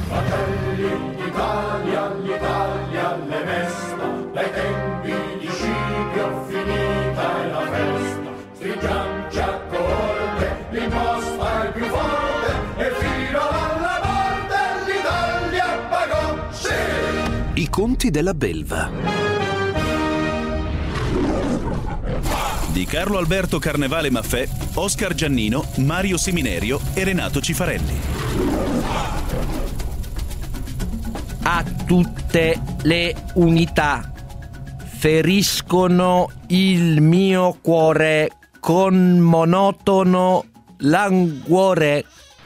Fratelli d'Italia, l'Italia le mesta, dai tempi di Scipio finita è la festa. Stringiamoci a corte, l'imposta è più forte e fino alla morte l'Italia pagò, sì! I conti della belva di Carlo Alberto Carnevale Maffè, Oscar Giannino, Mario Seminerio e Renato Cifarelli. A tutte le unità feriscono il mio cuore con monotono languore.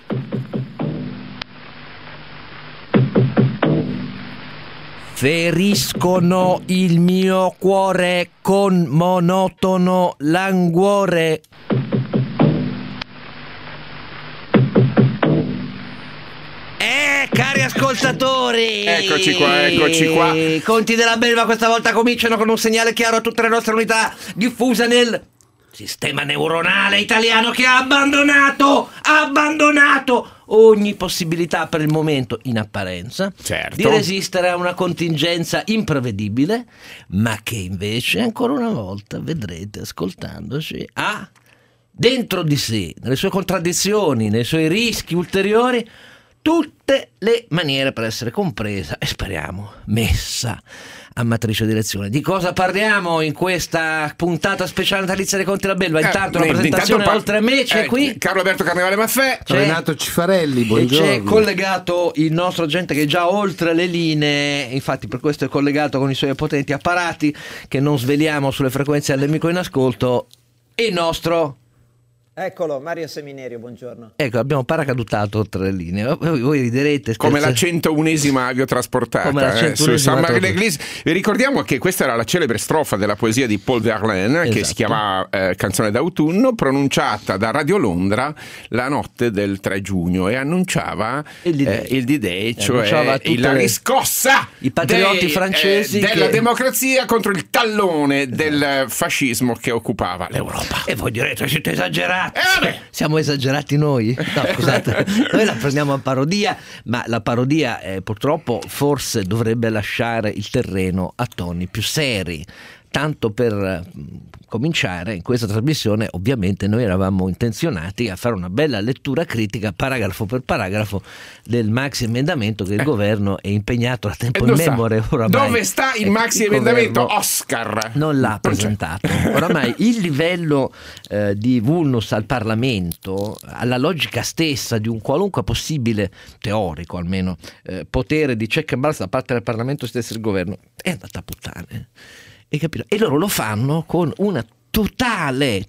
Feriscono il mio cuore con monotono languore. Cari ascoltatori, Eccoci qua. Conti della belva questa volta cominciano con un segnale chiaro a tutte le nostre unità diffuse nel sistema neuronale italiano che ha abbandonato ogni possibilità per il momento in apparenza Certo. di resistere a una contingenza imprevedibile, ma che invece ancora una volta vedrete ascoltandoci ha dentro di sé, nelle sue contraddizioni, nei suoi rischi ulteriori, tutte le maniere per essere compresa e speriamo messa a matrice di lezione. Di cosa parliamo in questa puntata speciale natalizia dei Conti della Belva? Intanto la presentazione oltre a me c'è qui Carlo Alberto Carnevale Maffè, Renato Cifarelli, buongiorno. e c'è collegato il nostro agente che è già oltre le linee, infatti per questo è collegato con i suoi potenti apparati che non sveliamo sulle frequenze all'amico in ascolto, il nostro... Eccolo, Mario Seminerio, buongiorno. Ecco, abbiamo paracadutato oltre le linee. Voi riderete. come la 101esima aviotrasportata su Saint-Marie-l'Église. Vi ricordiamo che questa era la celebre strofa della poesia di Paul Verlaine, che si chiama Canzone d'autunno, pronunciata da Radio Londra la notte del 3 giugno e annunciava il D-Day, cioè la riscossa i patrioti francesi della democrazia contro il tallone del fascismo che occupava l'Europa. E voi direte, siete esagerati. Siamo esagerati noi? No, scusate, noi la prendiamo a parodia, ma la parodia purtroppo forse dovrebbe lasciare il terreno a toni più seri. Tanto per cominciare, in questa trasmissione ovviamente noi eravamo intenzionati a fare una bella lettura critica paragrafo per paragrafo del maxi emendamento che il governo è impegnato da tempo immemore oramai. Dove sta il maxi emendamento? Oscar non l'ha presentato. Oramai il livello di vulnus al Parlamento, alla logica stessa di un qualunque possibile teorico almeno potere di check and balance da parte del Parlamento stesso e del governo è andata a puttane. E loro lo fanno con una totale,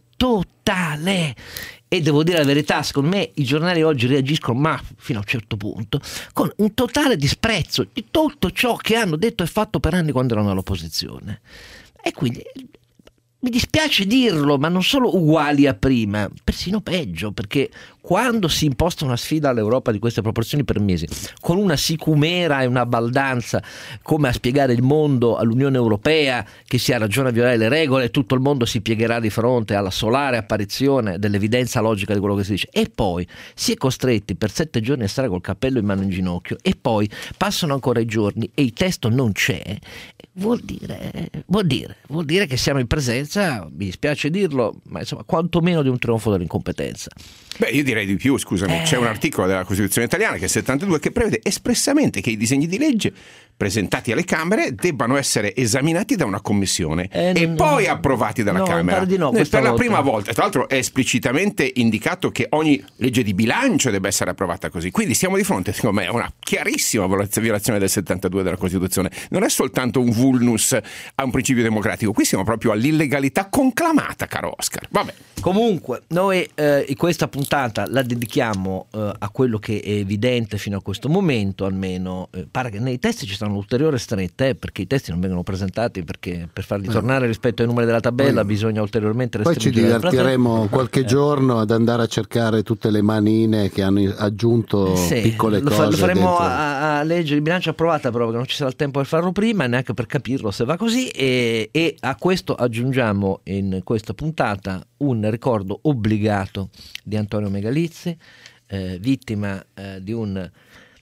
e devo dire la verità, secondo me i giornali oggi reagiscono, ma fino a un certo punto, con un totale disprezzo di tutto ciò che hanno detto e fatto per anni quando erano all'opposizione. E quindi mi dispiace dirlo, ma non solo uguali a prima, persino peggio, perché quando si imposta una sfida all'Europa di queste proporzioni per mesi, con una sicumera e una baldanza come a spiegare il mondo all'Unione Europea che si ha ragione a violare le regole, tutto il mondo si piegherà di fronte alla solare apparizione dell'evidenza logica di quello che si dice, e poi si è costretti per 7 giorni a stare col cappello in mano in ginocchio, e poi passano ancora i giorni e il testo non c'è, vuol dire che siamo in presenza, mi dispiace dirlo, ma insomma quantomeno di un trionfo dell'incompetenza. Beh, io direi di più, scusami, c'è un articolo della Costituzione italiana che è il 72 che prevede espressamente che i disegni di legge presentati alle Camere debbano essere esaminati da una commissione e poi approvati dalla Camera. Per la prima volta, tra l'altro è esplicitamente indicato che ogni legge di bilancio debba essere approvata così, quindi siamo di fronte, secondo me, a una chiarissima violazione del 72 della Costituzione. Non è soltanto un vulnus a un principio democratico, qui siamo proprio all'illegalità conclamata, caro Oscar. Vabbè. Comunque, noi questa puntata la dedichiamo a quello che è evidente fino a questo momento, almeno pare che nei testi ci sia un'ulteriore stretta, perché i testi non vengono presentati, perché per farli tornare rispetto ai numeri della tabella bisogna ulteriormente restringere. Poi ci divertiremo qualche giorno ad andare a cercare tutte le manine che hanno aggiunto piccole cose. Lo faremo a legge di bilancio approvata, però perché non ci sarà il tempo per farlo prima, neanche per capirlo se va così, e a questo aggiungiamo in questa puntata un ricordo obbligato di Antonio Megalizzi, vittima di un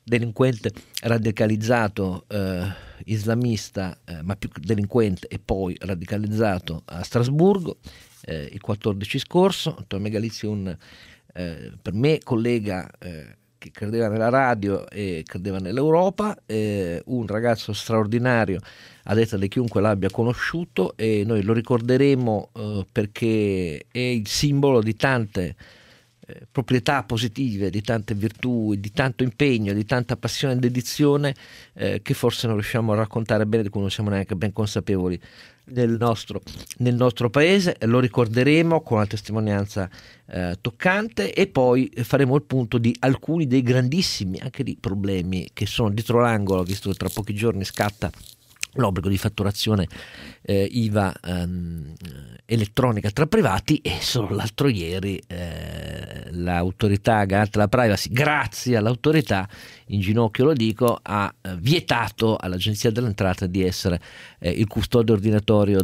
delinquente radicalizzato islamista, ma più delinquente e poi radicalizzato a Strasburgo il 14 scorso. Antonio Megalizzi è un per me collega che credeva nella radio e credeva nell'Europa, un ragazzo straordinario a detta di chiunque l'abbia conosciuto, e noi lo ricorderemo perché è il simbolo di tante proprietà positive, di tante virtù, di tanto impegno, di tanta passione e dedizione che forse non riusciamo a raccontare bene, di cui non siamo neanche ben consapevoli nel nostro paese. Lo ricorderemo con una testimonianza toccante, e poi faremo il punto di alcuni dei grandissimi anche di problemi che sono dietro l'angolo, visto che tra pochi giorni scatta l'obbligo di fatturazione IVA elettronica tra privati, e solo l'altro ieri l'autorità garante della privacy, grazie all'autorità, in ginocchio lo dico, ha vietato all'Agenzia delle Entrate di essere il custode ordinatorio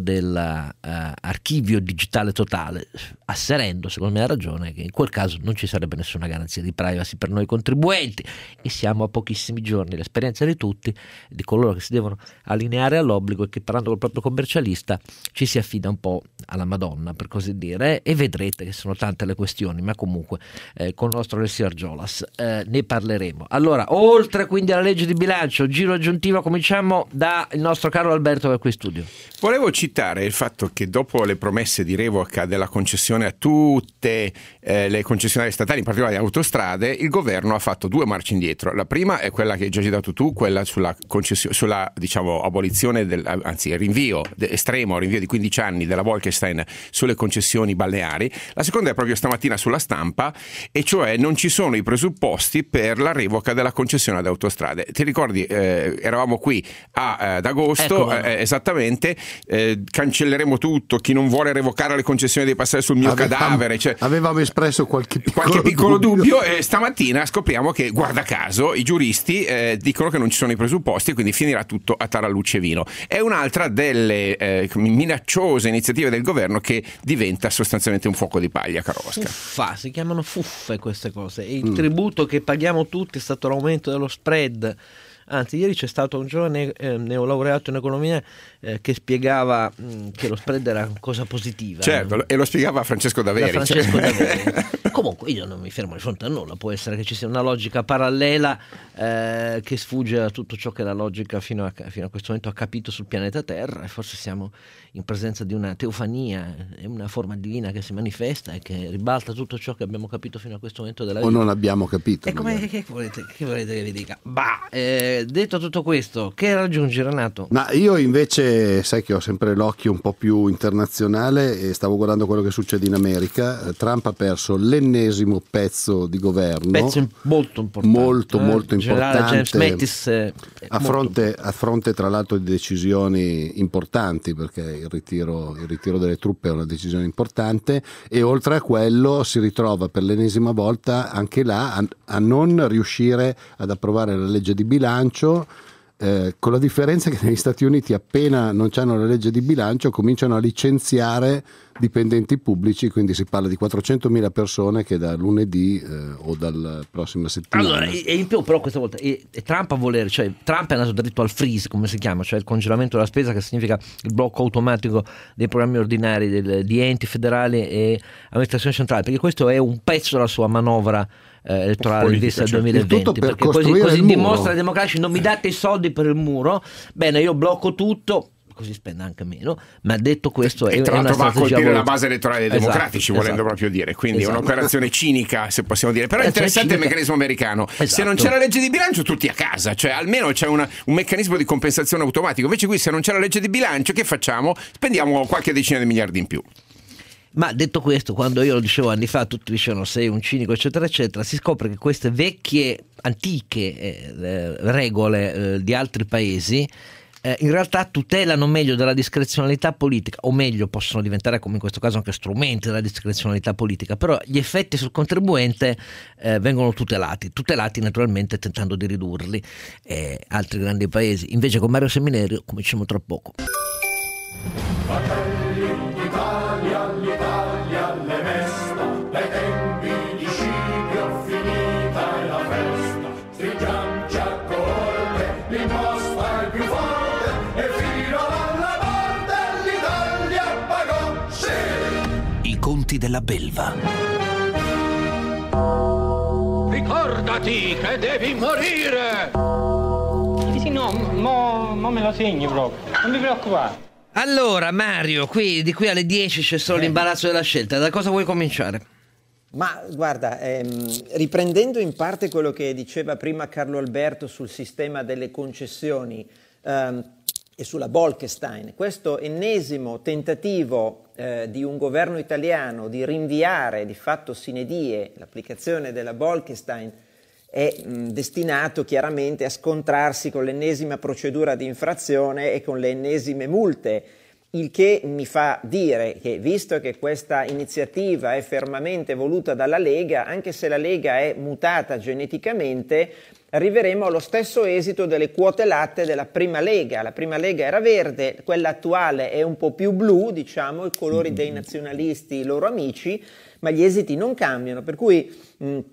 dell'archivio digitale totale, asserendo, secondo me ha ragione, che in quel caso non ci sarebbe nessuna garanzia di privacy per noi contribuenti, e siamo a pochissimi giorni. L'esperienza di tutti, di coloro che si devono allineare all'obbligo e che, parlando col proprio commercialista, ci si affida un po' alla Madonna, per così dire, e vedrete che sono tante le questioni, ma comunque con il nostro Alessio Argiolas ne parleremo. Allora, oltre quindi alla legge di bilancio, giro aggiuntivo, cominciamo dal nostro caro Alberto che è qui in studio. Volevo citare il fatto che dopo le promesse di revoca della concessione a tutte le concessionarie statali, in particolare le autostrade, il governo ha fatto due marce indietro. La prima è quella che hai già citato tu, quella sulla diciamo abolizione anzi rinvio estremo, rinvio di 15 anni della Bolkestein sulle concessioni balneari. La seconda è proprio stamattina sulla Stampa, e cioè non ci sono i presupposti per la revoca della concessione ad autostrade. Ti ricordi, eravamo qui ad agosto, esattamente, cancelleremo tutto, chi non vuole revocare le concessioni deve passare sul mio cadavere. Cioè, avevamo espresso qualche piccolo dubbio, e stamattina scopriamo che, guarda caso, i giuristi dicono che non ci sono i presupposti, e quindi finirà tutto a tarallucce e vino. È un'altra delle minacciose iniziative del governo che diventa sostanzialmente un fuoco di paglia, caro Oscar. Si chiamano fuffe queste cose, e il tributo che paghiamo tutti è stato l'aumento dello spread. Anzi, ieri c'è stato un giovane neolaureato in economia che spiegava che lo spread era una cosa positiva. Certo, e lo spiegava Francesco Daveri. Daveri. Comunque io non mi fermo di fronte a nulla, può essere che ci sia una logica parallela che sfugge a tutto ciò che la logica fino a questo momento ha capito sul pianeta Terra, e forse siamo in presenza di una teofania, una forma divina che si manifesta e che ribalta tutto ciò che abbiamo capito fino a questo momento della vita. O non abbiamo capito. E che volete che vi dica? Detto tutto questo, che raggiungi, Renato? Ma io invece, sai che ho sempre l'occhio un po' più internazionale, e stavo guardando quello che succede in America. Trump ha perso l'ennesimo pezzo di governo, molto importante, molto importante, James Mattis, a fronte tra l'altro di decisioni importanti, perché il ritiro delle truppe è una decisione importante, e oltre a quello si ritrova per l'ennesima volta anche là a non riuscire ad approvare la legge di bilancio, con la differenza che negli Stati Uniti, appena non c'hanno la legge di bilancio, cominciano a licenziare dipendenti pubblici, quindi si parla di 400.000 persone che da lunedì o dalla prossima settimana. Allora, e in più però questa volta Trump a volere, cioè Trump è andato dritto al freeze, come si chiama, cioè il congelamento della spesa, che significa il blocco automatico dei programmi ordinari di enti federali e amministrazione centrale, perché questo è un pezzo della sua manovra elettorale di vista del 2020, perché così dimostra ai democratici: non mi date i soldi per il muro, bene, io blocco tutto, così spende anche meno. Ma detto questo, e tra l'altro va a colpire la base elettorale dei democratici, volendo proprio dire, quindi è un'operazione cinica, se possiamo dire, però è interessante il meccanismo americano. Se non c'è la legge di bilancio, tutti a casa, cioè almeno c'è un meccanismo di compensazione automatico. Invece qui, se non c'è la legge di bilancio, che facciamo? Spendiamo qualche decina di miliardi in più. Ma detto questo, quando io lo dicevo anni fa, tutti dicevano sei un cinico eccetera eccetera, si scopre che queste vecchie, antiche regole di altri paesi in realtà tutelano meglio della discrezionalità politica, o meglio possono diventare, come in questo caso, anche strumenti della discrezionalità politica, però gli effetti sul contribuente vengono tutelati naturalmente tentando di ridurli. Altri grandi paesi invece, con Mario Seminerio, cominciamo tra poco. L'Italia alle mesta, dai tempi di Scipio finita è la festa, stringiam della belva. Ricordati che devi morire! Sì, no, mo me lo segni proprio, non mi preoccupare. Allora Mario, di qui alle 10 c'è solo l'imbarazzo della scelta. Da cosa vuoi cominciare? Ma guarda, riprendendo in parte quello che diceva prima Carlo Alberto sul sistema delle concessioni e sulla Bolkestein, questo ennesimo tentativo di un governo italiano di rinviare di fatto sine die l'applicazione della Bolkestein è destinato chiaramente a scontrarsi con l'ennesima procedura di infrazione e con le ennesime multe, il che mi fa dire che, visto che questa iniziativa è fermamente voluta dalla Lega, anche se la Lega è mutata geneticamente, arriveremo allo stesso esito delle quote latte della prima Lega. La prima Lega era verde, quella attuale è un po' più blu, diciamo, i colori dei nazionalisti, i loro amici, ma gli esiti non cambiano, per cui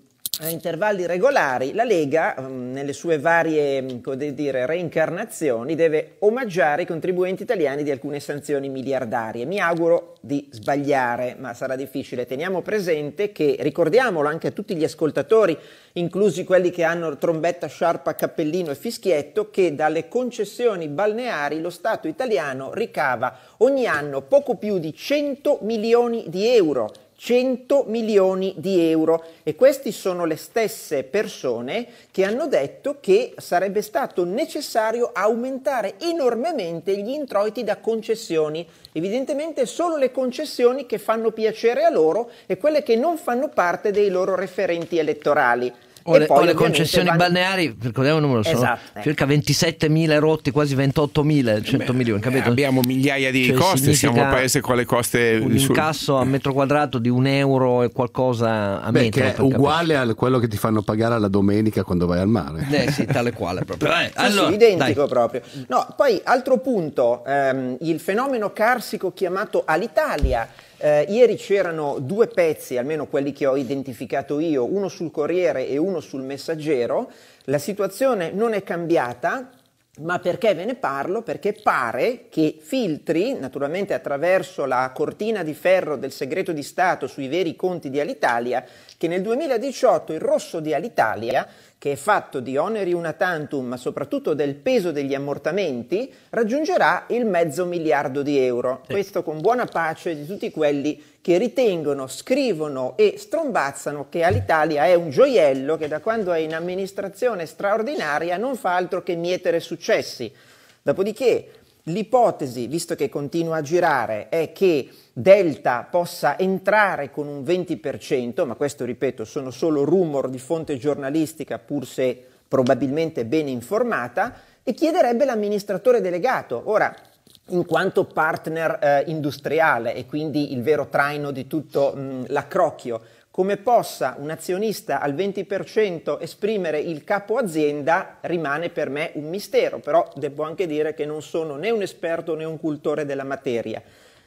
a intervalli regolari la Lega, nelle sue varie reincarnazioni, deve omaggiare i contribuenti italiani di alcune sanzioni miliardarie. Mi auguro di sbagliare, ma sarà difficile. Teniamo presente che, ricordiamolo anche a tutti gli ascoltatori, inclusi quelli che hanno trombetta, sciarpa, cappellino e fischietto, che dalle concessioni balneari lo Stato italiano ricava ogni anno poco più di 100 milioni di euro. 100 milioni di euro, e questi sono le stesse persone che hanno detto che sarebbe stato necessario aumentare enormemente gli introiti da concessioni. Evidentemente solo le concessioni che fanno piacere a loro e quelle che non fanno parte dei loro referenti elettorali. O le concessioni balneari, ricordiamo il numero, sono circa 27.000 rotti, quasi 28.000, 100 milioni, capito? Abbiamo migliaia di coste, siamo un paese con le coste... Un incasso a metro quadrato di €1 e qualcosa a metro. Che è uguale a quello che ti fanno pagare la domenica quando vai al mare. Sì, tale quale proprio. Allora, identico proprio. No, poi altro punto, il fenomeno carsico chiamato Alitalia. Ieri c'erano due pezzi, almeno quelli che ho identificato io, uno sul Corriere e uno sul Messaggero. La situazione non è cambiata, ma perché ve ne parlo? Perché pare che filtri, naturalmente attraverso la cortina di ferro del segreto di Stato sui veri conti di Alitalia, che nel 2018 il rosso di Alitalia, che è fatto di oneri una tantum, ma soprattutto del peso degli ammortamenti, raggiungerà il $500 miliardi. Questo con buona pace di tutti quelli che ritengono, scrivono e strombazzano che Alitalia è un gioiello che da quando è in amministrazione straordinaria non fa altro che mietere successi. Dopodiché l'ipotesi, visto che continua a girare, è che Delta possa entrare con un 20%, ma questo, ripeto, sono solo rumor di fonte giornalistica, pur se probabilmente ben informata, e chiederebbe l'amministratore delegato. Ora, in quanto partner industriale e quindi il vero traino di tutto l'accrocchio, come possa un azionista al 20% esprimere il capo azienda rimane per me un mistero, però devo anche dire che non sono né un esperto né un cultore della materia.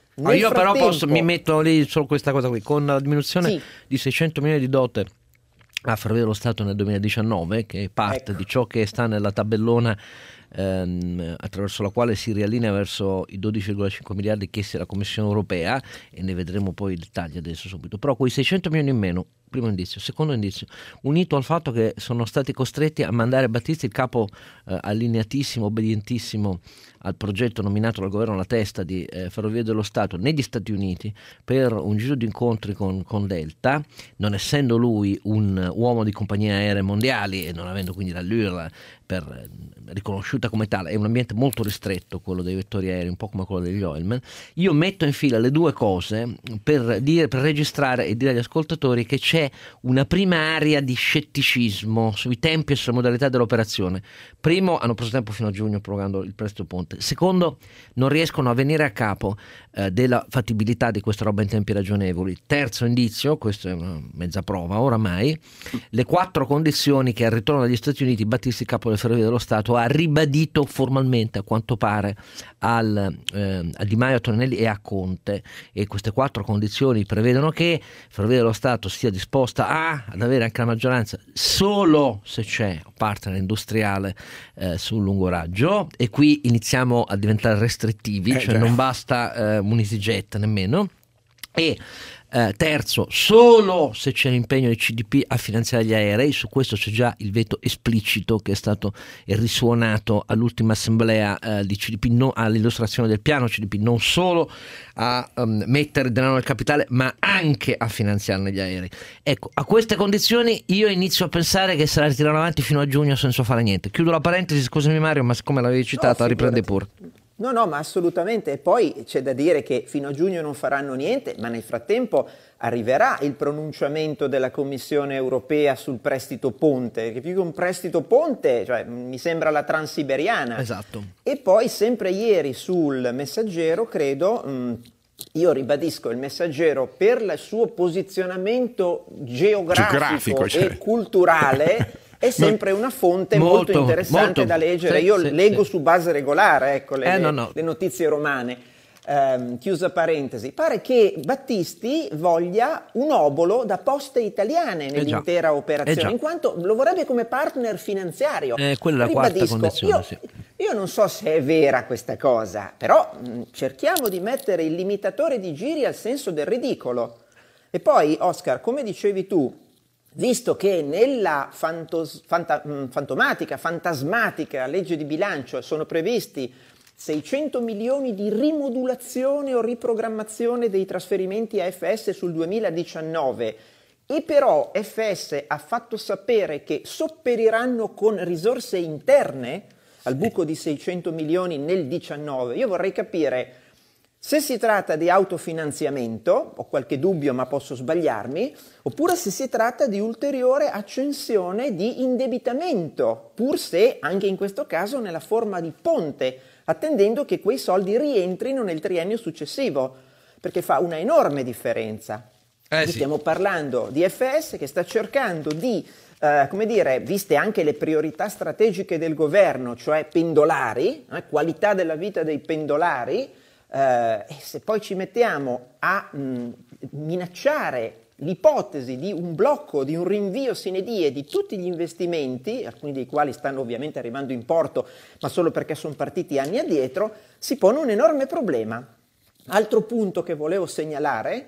Io però mi metto lì solo questa cosa qui, con la diminuzione di 600 milioni di dote a Ferrovie dello Stato nel 2019, che è parte di ciò che sta nella tabellona attraverso la quale si riallinea verso i 12,5 miliardi chiesti alla Commissione europea, e ne vedremo poi i dettagli adesso subito. Però quei 600 milioni in meno, primo indizio. Secondo indizio, unito al fatto che sono stati costretti a mandare Battisti, il capo allineatissimo, obbedientissimo al progetto nominato dal governo alla testa di Ferrovie dello Stato negli Stati Uniti per un giro di incontri con Delta, non essendo lui un uomo di compagnie aeree mondiali e non avendo quindi l'allure riconosciuta come tale. È un ambiente molto ristretto quello dei vettori aerei, un po' come quello degli Oilman. Io metto in fila le due cose per registrare e dire agli ascoltatori che c'è una prima area di scetticismo sui tempi e sulle modalità dell'operazione. Primo, hanno preso tempo fino a giugno prorogando il prestito ponte. Secondo, non riescono a venire a capo della fattibilità di questa roba in tempi ragionevoli. Terzo indizio, questa è una mezza prova oramai, le 4 condizioni che al ritorno dagli Stati Uniti Battisti, capo delle Ferrovie dello Stato, ha ribadito formalmente, a quanto pare, a Di Maio, a Toninelli e a Conte, e queste 4 condizioni prevedono che Ferrovie dello Stato sia disposta ad avere anche la maggioranza solo se c'è un partner industriale sul lungo raggio, e qui iniziamo a diventare restrittivi, cioè non basta Munisijet nemmeno, e Terzo, solo se c'è l'impegno del CDP a finanziare gli aerei. Su questo c'è già il veto esplicito che è stato risuonato all'ultima assemblea di CDP, all'illustrazione del piano CDP, non solo a mettere denaro nel capitale ma anche a finanziarne gli aerei. Ecco, a queste condizioni io inizio a pensare che se la ritirano avanti fino a giugno senza fare niente. Chiudo la parentesi, scusami Mario, ma siccome l'avevi citata, riprende pure. No, ma assolutamente. E poi c'è da dire che fino a giugno non faranno niente, ma nel frattempo arriverà il pronunciamento della Commissione europea sul prestito ponte, che più che un prestito ponte, cioè, mi sembra la transiberiana. Esatto. E poi sempre ieri sul Messaggero, credo, io ribadisco, il Messaggero per il suo posizionamento geografico e culturale è sempre una fonte molto interessante da leggere. Io leggo su base regolare, ecco, le notizie romane. Chiusa parentesi. Pare che Battisti voglia un obolo da Poste Italiane nell'intera operazione, in quanto lo vorrebbe come partner finanziario. Quella è la quarta condizione. Io non so se è vera questa cosa, però cerchiamo di mettere il limitatore di giri al senso del ridicolo. E poi, Oscar, come dicevi tu, visto che nella fantasmatica legge di bilancio sono previsti 600 milioni di rimodulazione o riprogrammazione dei trasferimenti a FS sul 2019 e però FS ha fatto sapere che sopperiranno con risorse interne al buco di 600 milioni nel 2019, io vorrei capire se si tratta di autofinanziamento, ho qualche dubbio ma posso sbagliarmi, oppure se si tratta di ulteriore accensione di indebitamento, pur se anche in questo caso nella forma di ponte, attendendo che quei soldi rientrino nel triennio successivo, perché fa una enorme differenza. Stiamo parlando di FS che sta cercando di, viste anche le priorità strategiche del governo, cioè pendolari, qualità della vita dei pendolari, e se poi ci mettiamo a minacciare l'ipotesi di un blocco, di un rinvio sine die di tutti gli investimenti, alcuni dei quali stanno ovviamente arrivando in porto, ma solo perché sono partiti anni addietro, si pone un enorme problema. Altro punto che volevo segnalare,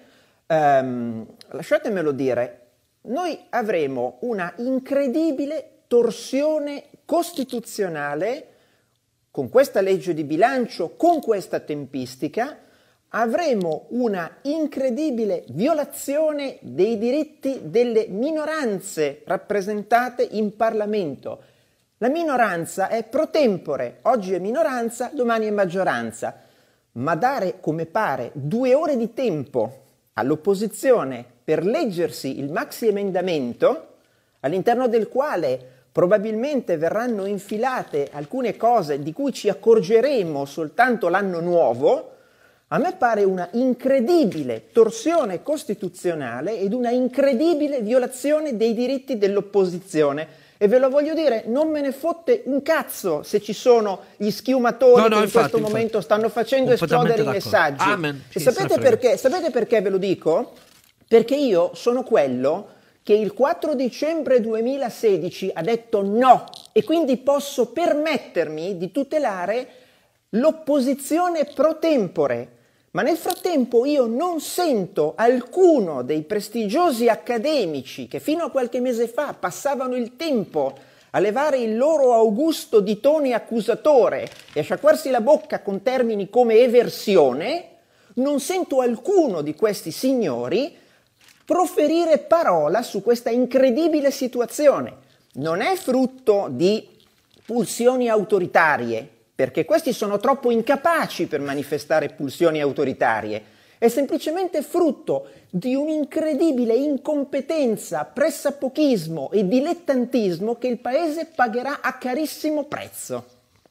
lasciatemelo dire, noi avremo una incredibile torsione costituzionale con questa legge di bilancio, con questa tempistica, avremo una incredibile violazione dei diritti delle minoranze rappresentate in Parlamento. La minoranza è pro tempore, oggi è minoranza, domani è maggioranza, ma dare come pare 2 ore di tempo all'opposizione per leggersi il maxi emendamento, all'interno del quale probabilmente verranno infilate alcune cose di cui ci accorgeremo soltanto l'anno nuovo, a me pare una incredibile torsione costituzionale ed una incredibile violazione dei diritti dell'opposizione. E ve lo voglio dire, non me ne fotte un cazzo se ci sono gli schiumatori che in questo momento stanno facendo esplodere i messaggi. Amen. E sapete perché? Sapete perché ve lo dico? Perché io sono quello che il 4 dicembre 2016 ha detto no e quindi posso permettermi di tutelare l'opposizione pro tempore. Ma nel frattempo io non sento alcuno dei prestigiosi accademici che fino a qualche mese fa passavano il tempo a levare il loro augusto ditone accusatore e a sciacquarsi la bocca con termini come eversione, non sento alcuno di questi signori proferire parola su questa incredibile situazione. Non è frutto di pulsioni autoritarie, perché questi sono troppo incapaci per manifestare pulsioni autoritarie, è semplicemente frutto di un'incredibile incompetenza, pressapochismo e dilettantismo che il Paese pagherà a carissimo prezzo.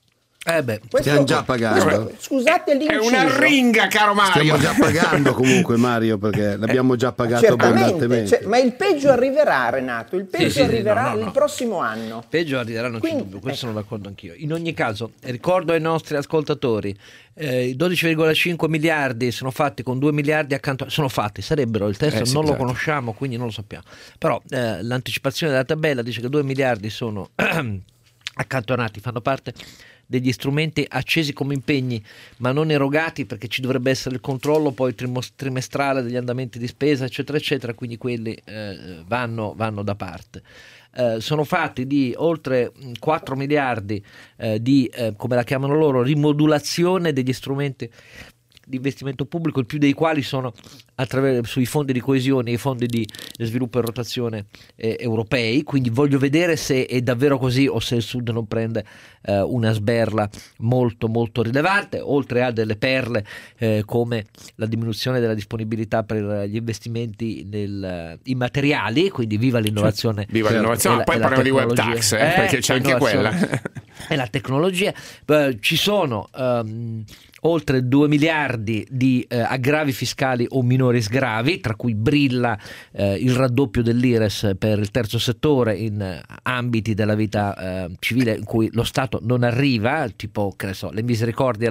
Stiamo già pagando. Scusate l'inciso. È una ringa, caro Mario. Stiamo già pagando comunque, Mario, perché l'abbiamo già pagato abbondantemente. Ma il peggio arriverà, Renato, il peggio arriverà il prossimo anno. Peggio arriverà, non c'è dubbio, questo sono d'accordo anch'io. In ogni caso, ricordo ai nostri ascoltatori, i 12,5 miliardi sono fatti con 2 miliardi accanto, sono fatti, sarebbero, il testo non lo conosciamo, quindi non lo sappiamo. Però l'anticipazione della tabella dice che 2 miliardi sono accantonati, fanno parte degli strumenti accesi come impegni ma non erogati, perché ci dovrebbe essere il controllo poi trimestrale degli andamenti di spesa eccetera eccetera, quindi quelli vanno da parte. Sono fatti di oltre 4 miliardi di, come la chiamano loro, rimodulazione degli strumenti di investimento pubblico, il più dei quali sono attraverso i fondi di coesione e i fondi di sviluppo e rotazione europei. Quindi voglio vedere se è davvero così o se il Sud non prende una sberla molto molto rilevante, oltre a delle perle come la diminuzione della disponibilità per gli investimenti in materiali, quindi viva l'innovazione. Viva l'innovazione, poi parliamo di web tax, perché c'è anche quella. E la tecnologia. Ci sono oltre 2 miliardi di aggravi fiscali o minori sgravi, tra cui brilla il raddoppio dell'IRES per il terzo settore in ambiti della vita civile in cui lo Stato non arriva, tipo che ne so, le misericordie,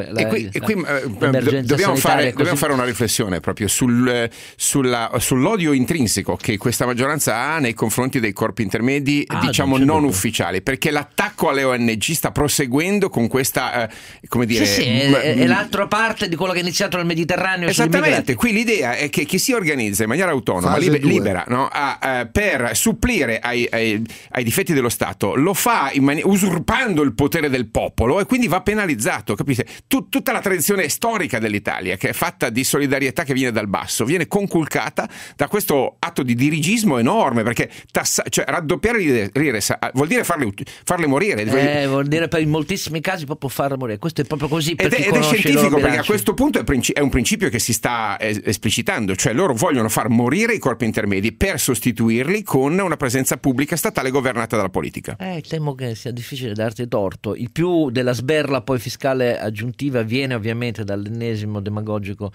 dobbiamo fare una riflessione proprio sull'odio intrinseco che questa maggioranza ha nei confronti dei corpi intermedi, diciamo non ufficiali, perché l'attacco alle ONG sta proseguendo con questa come dire è l'altra parte di quello che è iniziato nel Mediterraneo. Esattamente, qui l'idea è che chi si organizza in maniera autonoma, libera, no? Per supplire ai difetti dello Stato, lo fa usurpando il potere del popolo e quindi va penalizzato, capite? Tutta la tradizione storica dell'Italia, che è fatta di solidarietà che viene dal basso, viene conculcata da questo atto di dirigismo enorme, perché cioè raddoppiare l'IRES vuol dire farle morire. Vuol dire in moltissimi casi proprio farle morire. Questo è proprio così. Ed è scientifico, perché a questo punto è un principio che si sta esplicitando, cioè loro vogliono far morire i corpi intermedi per sostituirli con una presenza pubblica statale governata dalla politica. Temo che sia difficile darti torto. Il più della sberla poi fiscale aggiuntiva viene ovviamente dall'ennesimo demagogico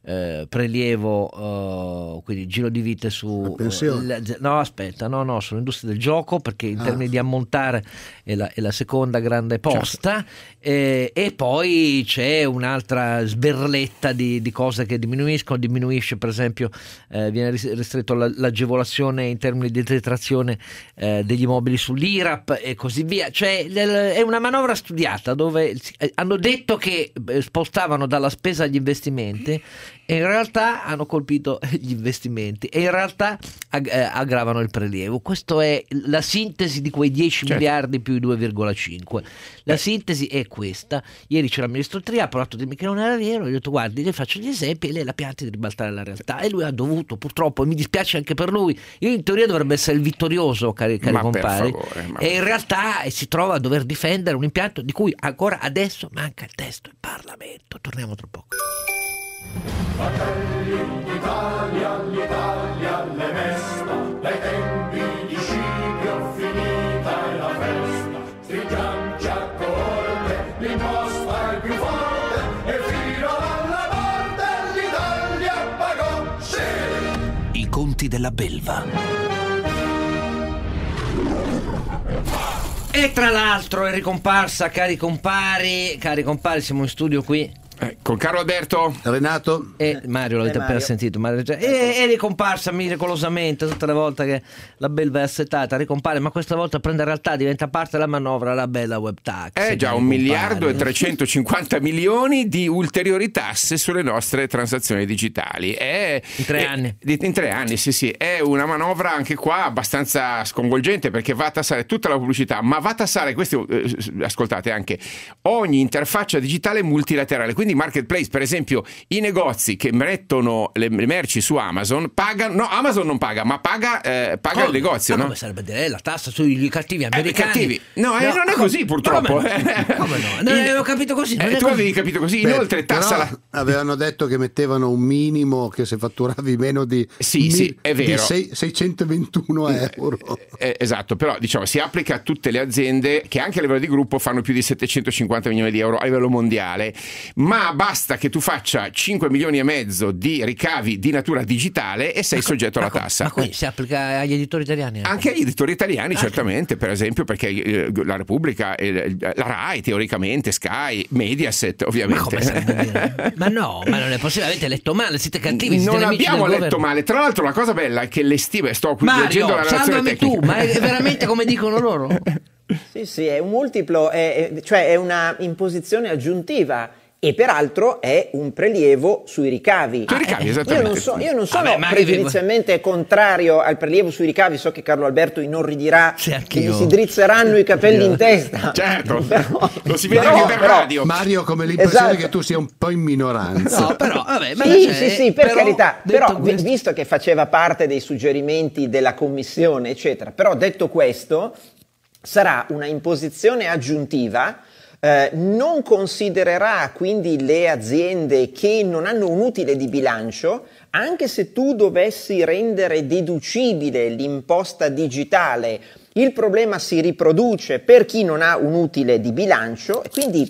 prelievo, quindi giro di vite su sull'industria del gioco, perché in termini di ammontare è la seconda grande posta. Certo. E poi c'è un'altra sberletta di cose che diminuisce, per esempio viene ristretto l'agevolazione in termini di detrazione degli immobili sull'IRAP e così via. Cioè è una manovra studiata dove hanno detto che spostavano dalla spesa agli investimenti e in realtà hanno colpito gli investimenti e in realtà aggravano il prelievo. Questa è la sintesi di quei 10 miliardi più i 2,5. La sintesi è questa. Ieri c'era il ministro Tria, ha parlato di me che non era vero, gli ho detto guardi, le faccio gli esempi e lei la pianta di ribaltare la realtà, e lui ha dovuto, purtroppo, e mi dispiace anche per lui, in teoria dovrebbe essere il vittorioso, cari compari, e in realtà si trova a dover difendere un impianto di cui ancora adesso manca il testo in Parlamento. Torniamo tra poco. Fratelli d'Italia, l'Italia le mesta, dai tempi di Scipio finita è la festa, stringiamoci a corte, l'imposta è più forte e fino alla morte l'Italia pagò, sì! I conti della belva. E tra l'altro è ricomparsa, cari compari, siamo in studio qui con Carlo Alberto, Renato e Mario, l'avete appena sentito, è ricomparsa miracolosamente tutte le volte che la belva è assetata, ricompare, ma questa volta prende realtà, diventa parte della manovra la bella web tax. Già 1 miliardo e 350 milioni di ulteriori tasse sulle nostre transazioni digitali. In 3 anni. In 3 anni, sì. È una manovra anche qua abbastanza sconvolgente, perché va a tassare tutta la pubblicità, ma va a tassare, questo ascoltate, anche ogni interfaccia digitale multilaterale. Quindi marketplace, per esempio i negozi che mettono le merci su Amazon pagano, no, Amazon non paga, ma paga il negozio, no? Come sarebbe dire la tassa sui cattivi americani? No, non è così, purtroppo. Come no? Non avevo capito così. Tu avevi capito così. Inoltre tassa avevano detto che mettevano un minimo che se fatturavi meno di è vero, di 621 euro. Esatto, però diciamo si applica a tutte le aziende che anche a livello di gruppo fanno più di 750 milioni di euro a livello mondiale, ma basta che tu faccia 5 milioni e mezzo di ricavi di natura digitale e sei soggetto alla tassa. Ma quindi si applica agli editori italiani? Anche agli editori italiani, certamente, per esempio, perché la Repubblica, la Rai teoricamente, Sky, Mediaset ovviamente. Ma no, ma non è possibile, avete letto male, siete cattivi, non abbiamo letto male. Tra l'altro la cosa bella è che le stime, sto qui leggendo la relazione tecnica. Tu, ma è veramente come dicono loro? Sì, è un multiplo, cioè è una imposizione aggiuntiva. E peraltro è un prelievo sui ricavi. Sui ricavi, esattamente. Io non sono pregiudizialmente contrario al prelievo sui ricavi, so che Carlo Alberto inorridirà che gli si drizzeranno i capelli in testa. Certo, però, lo si vede anche per radio. Mario, come l'impressione che tu sia un po' in minoranza. No, però, vabbè, ma sì, per carità. Però, visto che faceva parte dei suggerimenti della commissione, eccetera, però detto questo, sarà una imposizione aggiuntiva. Non considererà quindi le aziende che non hanno un utile di bilancio, anche se tu dovessi rendere deducibile l'imposta digitale, il problema si riproduce per chi non ha un utile di bilancio e quindi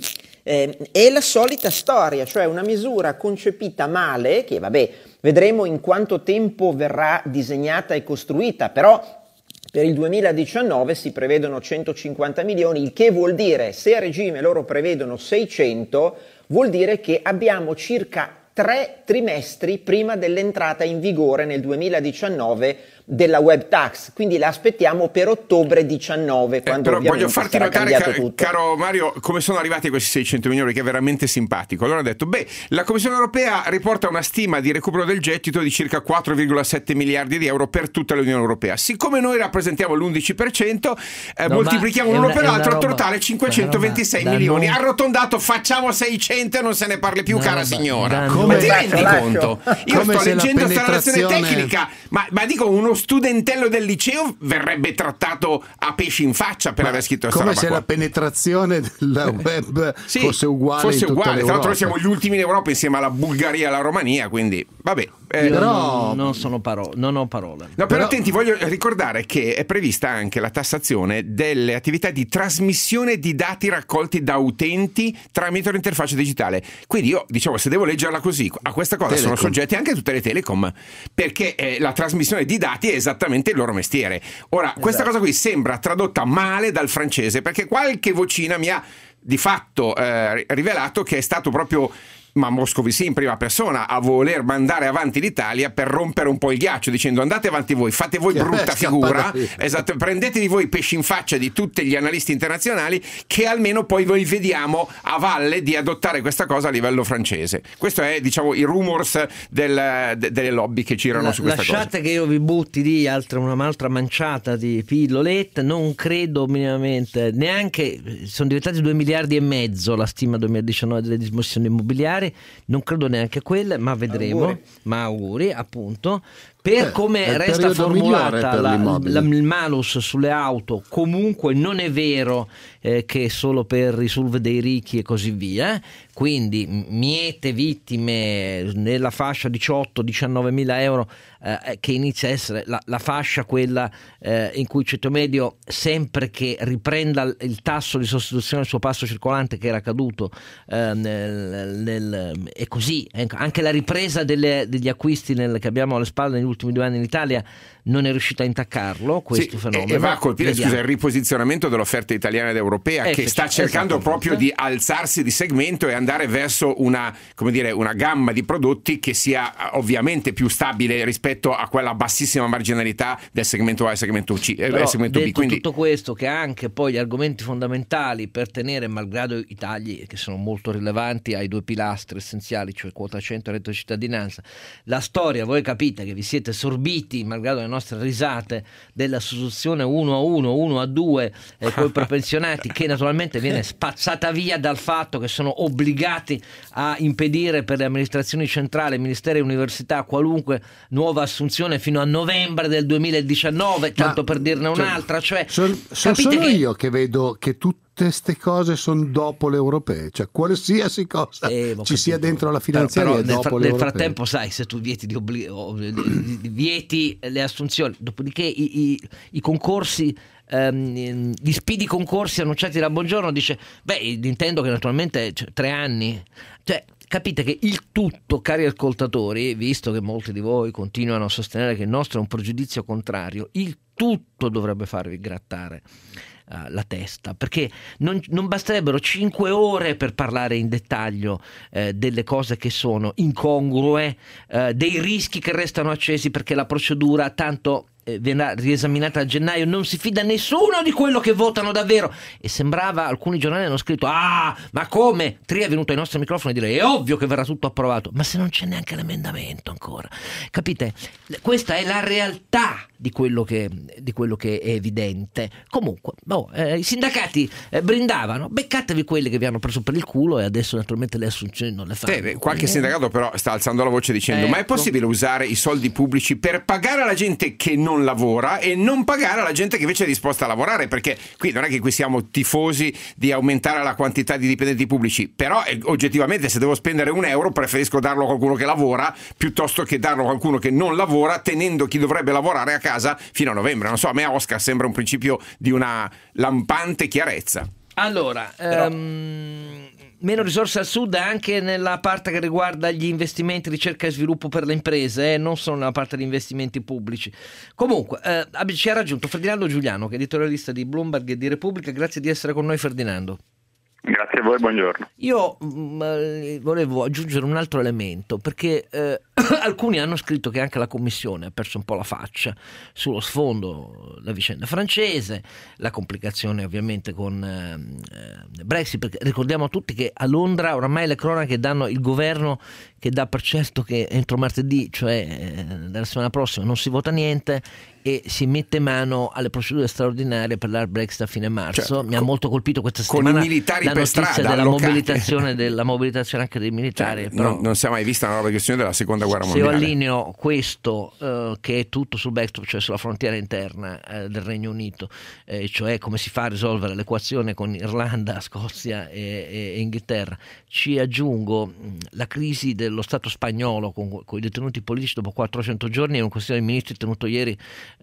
è la solita storia, cioè una misura concepita male, che vabbè, vedremo in quanto tempo verrà disegnata e costruita, però per il 2019 si prevedono 150 milioni, il che vuol dire, se a regime loro prevedono 600, vuol dire che abbiamo circa 3 trimestri prima dell'entrata in vigore nel 2019 della web tax, quindi la aspettiamo per ottobre 19, quando però voglio farti notare, tutto. Caro Mario, come sono arrivati questi 600 milioni, che è veramente simpatico. Allora ha detto, la Commissione europea riporta una stima di recupero del gettito di circa 4,7 miliardi di euro per tutta l'Unione Europea. Siccome noi rappresentiamo l'11%, moltiplichiamo l'uno per l'altro, a totale 526 milioni. Arrotondato, facciamo 600 e non se ne parli più, cara signora. Ma ti rendi conto? Io sto leggendo questa relazione tecnica, ma dico, uno studentello del liceo verrebbe trattato a pesci in faccia per aver scritto questa roba come se qua. la penetrazione della web fosse uguale in tutta l'Europa. Tra l'altro noi siamo gli ultimi in Europa insieme alla Bulgaria e alla Romania, quindi vabbè. Però non ho parole. No, però attenti, voglio ricordare che è prevista anche la tassazione delle attività di trasmissione di dati raccolti da utenti tramite un'interfaccia digitale. Quindi io, diciamo, se devo leggerla così, a questa cosa sono soggetti anche tutte le telecom, perché la trasmissione di dati è esattamente il loro mestiere. Ora, questa cosa qui sembra tradotta male dal francese, perché qualche vocina mi ha di fatto rivelato che è stato proprio Moscovici in prima persona a voler mandare avanti l'Italia per rompere un po' il ghiaccio, dicendo andate avanti voi, fate voi brutta figura, esatto, prendetevi voi pesci in faccia di tutti gli analisti internazionali, che almeno poi noi vediamo a valle di adottare questa cosa a livello francese. Questo è, diciamo, i rumors delle lobby che girano su questa cosa. Lasciate che io vi butti lì un'altra manciata di pillolette. Non credo minimamente, neanche, sono diventati 2 miliardi e mezzo la stima 2019 delle dismissioni immobiliari. Non credo neanche a quelle, ma vedremo. Ma auguri, appunto. Per come resta formulata il malus sulle auto, comunque non è vero che solo per i SUV dei ricchi e così via. Quindi miete vittime nella fascia 18-19 mila euro, che inizia a essere la fascia quella in cui il ceto medio, sempre che riprenda il tasso di sostituzione del suo passo circolante che era caduto, e così anche la ripresa degli acquisti che abbiamo alle spalle negli ultimi 2 anni in Italia non è riuscita a intaccarlo questo fenomeno. E va a colpire, il riposizionamento dell'offerta italiana ed europea, che sta cercando proprio di alzarsi di segmento e andare verso una gamma di prodotti che sia ovviamente più stabile rispetto a quella bassissima marginalità del segmento A e segmento C e segmento B. Quindi tutto questo, che ha anche poi gli argomenti fondamentali per tenere, malgrado i tagli che sono molto rilevanti ai 2 pilastri essenziali, cioè quota 100 e reddito di cittadinanza, la storia, voi capite che vi siete sorbiti, malgrado le nostre risate, della sostituzione 1-1, 1-2 con i prepensionati, che naturalmente viene spazzata via dal fatto che sono obbligati a impedire per le amministrazioni centrali, ministeri e università, qualunque nuova assunzione fino a novembre del 2019, tanto per dirne un'altra. Sono solo io che vedo che tutte queste cose sono dopo le europee, cioè qualsiasi cosa ci sia dentro la finanziaria però dopo le europee. Nel frattempo, sai, se tu vieti vieti le assunzioni, dopodiché i concorsi, gli speedy concorsi annunciati da Bongiorno, dice intendo che naturalmente 3 anni, cioè capite che il tutto, cari ascoltatori, visto che molti di voi continuano a sostenere che il nostro è un pregiudizio contrario, il tutto dovrebbe farvi grattare la testa, perché non basterebbero 5 ore per parlare in dettaglio delle cose che sono incongrue, dei rischi che restano accesi perché la procedura tanto verrà riesaminata a gennaio, non si fida nessuno di quello che votano davvero. E sembrava, alcuni giornali hanno scritto: ma come? Tria è venuto ai nostri microfoni a dire: è ovvio che verrà tutto approvato. Ma se non c'è neanche l'emendamento ancora, capite? Questa è la realtà di quello che è evidente. Comunque i sindacati brindavano: beccatevi quelli che vi hanno preso per il culo, e adesso naturalmente le assunzioni non le fanno. Qualche sindacato però sta alzando la voce dicendo: ma è possibile usare i soldi pubblici per pagare la gente che non lavora e non pagare la gente che invece è disposta a lavorare? Perché qui non è che qui siamo tifosi di aumentare la quantità di dipendenti pubblici, però oggettivamente se devo spendere €1 preferisco darlo a qualcuno che lavora piuttosto che darlo a qualcuno che non lavora, tenendo chi dovrebbe lavorare a casa fino a novembre. Non so, a me Oscar sembra un principio di una lampante chiarezza. Allora, meno risorse al sud anche nella parte che riguarda gli investimenti, ricerca e sviluppo per le imprese, non solo nella parte di investimenti pubblici. Comunque, ci ha raggiunto Ferdinando Giuliano, che è editorialista di Bloomberg e di Repubblica. Grazie di essere con noi, Ferdinando. Grazie a voi, buongiorno. Io volevo aggiungere un altro elemento, perché alcuni hanno scritto che anche la Commissione ha perso un po' la faccia sullo sfondo, la vicenda francese, la complicazione ovviamente con Brexit, perché ricordiamo a tutti che a Londra oramai le cronache danno il governo che dà per certo che entro martedì, cioè dalla settimana prossima, non si vota niente e si mette mano alle procedure straordinarie per l'hard Brexit a fine marzo. Cioè, mi ha molto colpito questa settimana con i militari la per notizia strada, della mobilitazione anche dei militari. Cioè, però, non si è mai vista una roba questione della seconda guerra se mondiale. io allineo questo che è tutto sul backstop, cioè sulla frontiera interna del Regno Unito, cioè come si fa a risolvere l'equazione con Irlanda, Scozia e Inghilterra, ci aggiungo la crisi dello Stato spagnolo con i detenuti politici dopo 400 giorni, è un Consiglio dei Ministri tenuto ieri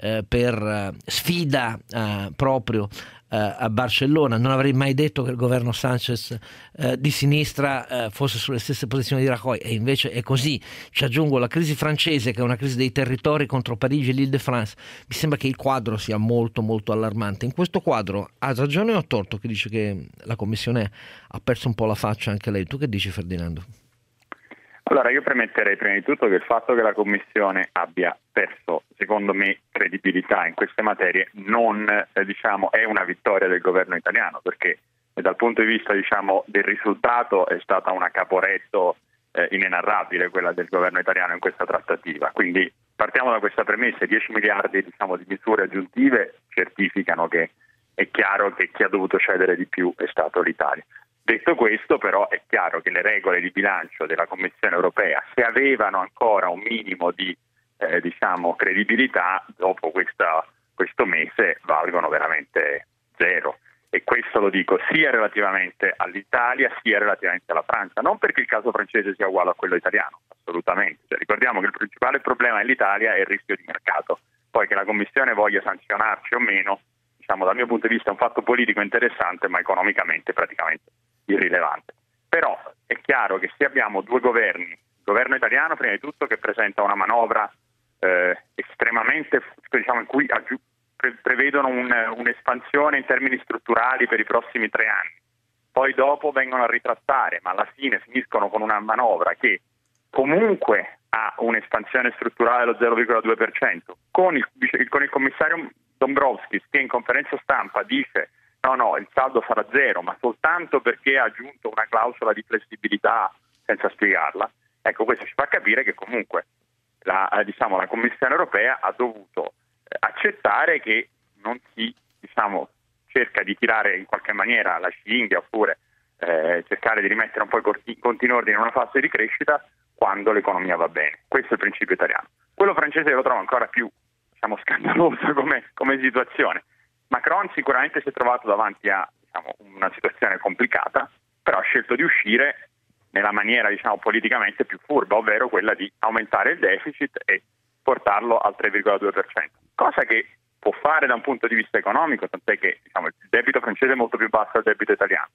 per sfida proprio a Barcellona. Non avrei mai detto che il governo Sánchez di sinistra fosse sulle stesse posizioni di Rajoy, e invece è così. Ci aggiungo la crisi francese, che è una crisi dei territori contro Parigi e l'Île-de-France. Mi sembra che il quadro sia molto molto allarmante. In questo quadro ha ragione o ha torto che dice che la Commissione ha perso un po' la faccia anche lei? Tu che dici, Ferdinando? Allora, io premetterei prima di tutto che il fatto che la Commissione abbia perso, secondo me, credibilità in queste materie non è una vittoria del governo italiano, perché dal punto di vista del risultato è stata una Caporetto inenarrabile quella del governo italiano in questa trattativa. Quindi partiamo da questa premessa: 10 miliardi di misure aggiuntive certificano che è chiaro che chi ha dovuto cedere di più è stato l'Italia. Detto questo, però, è chiaro che le regole di bilancio della Commissione europea, se avevano ancora un minimo di credibilità, dopo questo mese valgono veramente zero. E questo lo dico sia relativamente all'Italia sia relativamente alla Francia, non perché il caso francese sia uguale a quello italiano, assolutamente. Ricordiamo che il principale problema dell'Italia è il rischio di mercato. Poi che la Commissione voglia sanzionarci o meno, dal mio punto di vista è un fatto politico interessante, ma economicamente praticamente irrilevante. Però è chiaro che se abbiamo due governi, il governo italiano prima di tutto che presenta una manovra estremamente, in cui prevedono un'espansione in termini strutturali per i prossimi 3 anni, poi dopo vengono a ritrattare, ma alla fine finiscono con una manovra che comunque ha un'espansione strutturale dello 0,2%, con il commissario Dombrovskis che in conferenza stampa dice no, il saldo sarà zero, ma soltanto perché ha aggiunto una clausola di flessibilità senza spiegarla. Ecco, questo ci fa capire che comunque la Commissione europea ha dovuto accettare che non si cerca di tirare in qualche maniera la cinghia oppure cercare di rimettere un po' i conti in ordine in una fase di crescita quando l'economia va bene. Questo è il principio italiano. Quello francese lo trovo ancora più scandaloso come situazione. Macron sicuramente si è trovato davanti a una situazione complicata, però ha scelto di uscire nella maniera politicamente più furba, ovvero quella di aumentare il deficit e portarlo al 3,2%, cosa che può fare da un punto di vista economico, tant'è che il debito francese è molto più basso del debito italiano,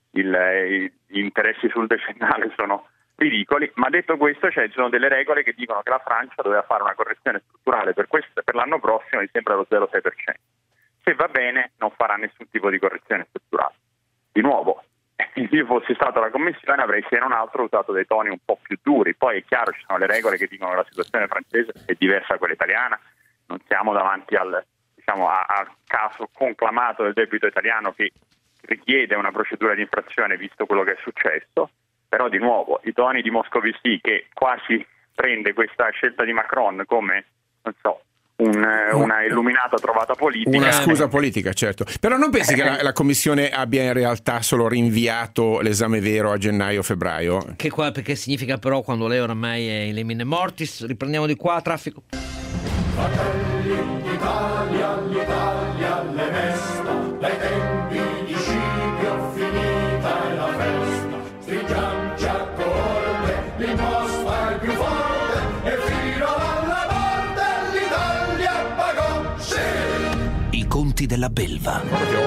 gli interessi sul decennale sono ridicoli, ma detto questo ci sono delle regole che dicono che la Francia doveva fare una correzione strutturale per l'anno prossimo, mi sembra lo 0,6%. Se va bene non farà nessun tipo di correzione strutturale. Di nuovo, se io fossi stato la Commissione avrei se non altro usato dei toni un po' più duri. Poi è chiaro, ci sono le regole che dicono che la situazione francese è diversa da quella italiana, non siamo davanti al caso conclamato del debito italiano che richiede una procedura di infrazione visto quello che è successo, però di nuovo i toni di Moscovici, che quasi prende questa scelta di Macron come, non so, una illuminata trovata politica. Una scusa politica, certo. Però non pensi che la Commissione abbia in realtà solo rinviato l'esame vero a gennaio-febbraio? Che qua, perché significa però quando lei oramai è in limine mortis. Riprendiamo di qua, traffico. Fratelli d'Italia, l'Italia le mesta, dai tempi di Scipio finita è la festa. Stringiamoci a corte, l'imposta è più forte e fino alla morte l'Italia pagò, sì! I conti della belva.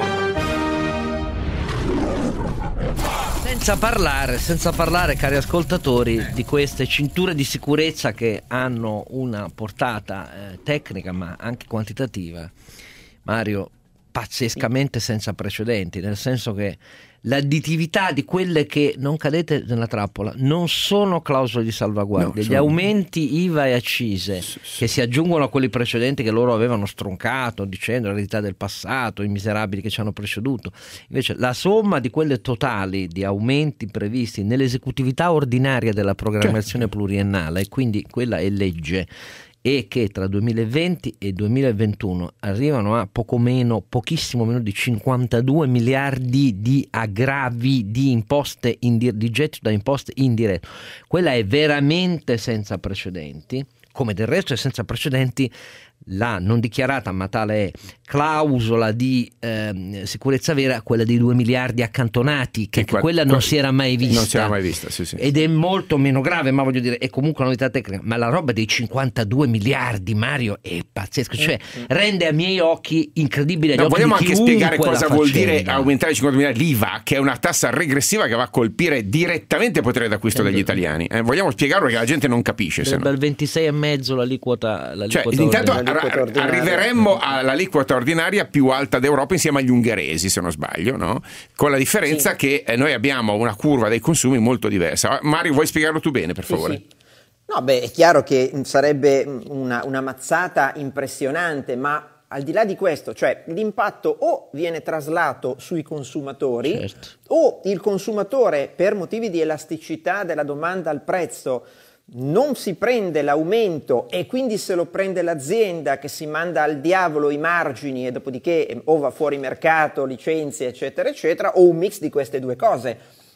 Senza parlare, cari ascoltatori, di queste cinture di sicurezza che hanno una portata tecnica ma anche quantitativa, Mario, pazzescamente senza precedenti, nel senso che l'additività di quelle che, non cadete nella trappola, non sono clausole di salvaguardia, gli aumenti IVA e accise che si aggiungono a quelli precedenti che loro avevano stroncato dicendo l'eredità del passato, i miserabili che ci hanno preceduto, invece la somma di quelle totali di aumenti previsti nell'esecutività ordinaria della programmazione pluriennale, e quindi quella è legge, e che tra 2020 e 2021 arrivano a pochissimo meno di 52 miliardi di aggravi di imposte di gettito da imposte indirette. Quella è veramente senza precedenti, come del resto è senza precedenti la non dichiarata, ma tale è, clausola di sicurezza vera, quella dei 2 miliardi accantonati, che quella non si era mai vista. Non si era mai vista, sì. Ed è molto meno grave, ma voglio dire, è comunque una novità tecnica. Ma la roba dei 52 miliardi, Mario, è pazzesco, cioè rende a miei occhi incredibile. Vogliamo anche spiegare cosa vuol dire aumentare 50 miliardi l'IVA, che è una tassa regressiva che va a colpire direttamente il potere d'acquisto degli italiani. Vogliamo spiegarlo perché la gente non capisce. Sarebbe il 26,5 l'aliquota. Cioè, intanto arriveremmo all'aliquota ordinaria più alta d'Europa insieme agli ungheresi, se non sbaglio, no? Con la differenza che noi abbiamo una curva dei consumi molto diversa. Mario, vuoi spiegarlo tu bene, per favore? Sì. No, è chiaro che sarebbe una mazzata impressionante, ma al di là di questo, cioè l'impatto o viene traslato sui consumatori, certo, o il consumatore, per motivi di elasticità della domanda al prezzo, non si prende l'aumento e quindi se lo prende l'azienda, che si manda al diavolo i margini e dopodiché o va fuori mercato, licenzie, eccetera, eccetera, o un mix di queste due cose.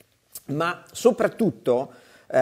Ma soprattutto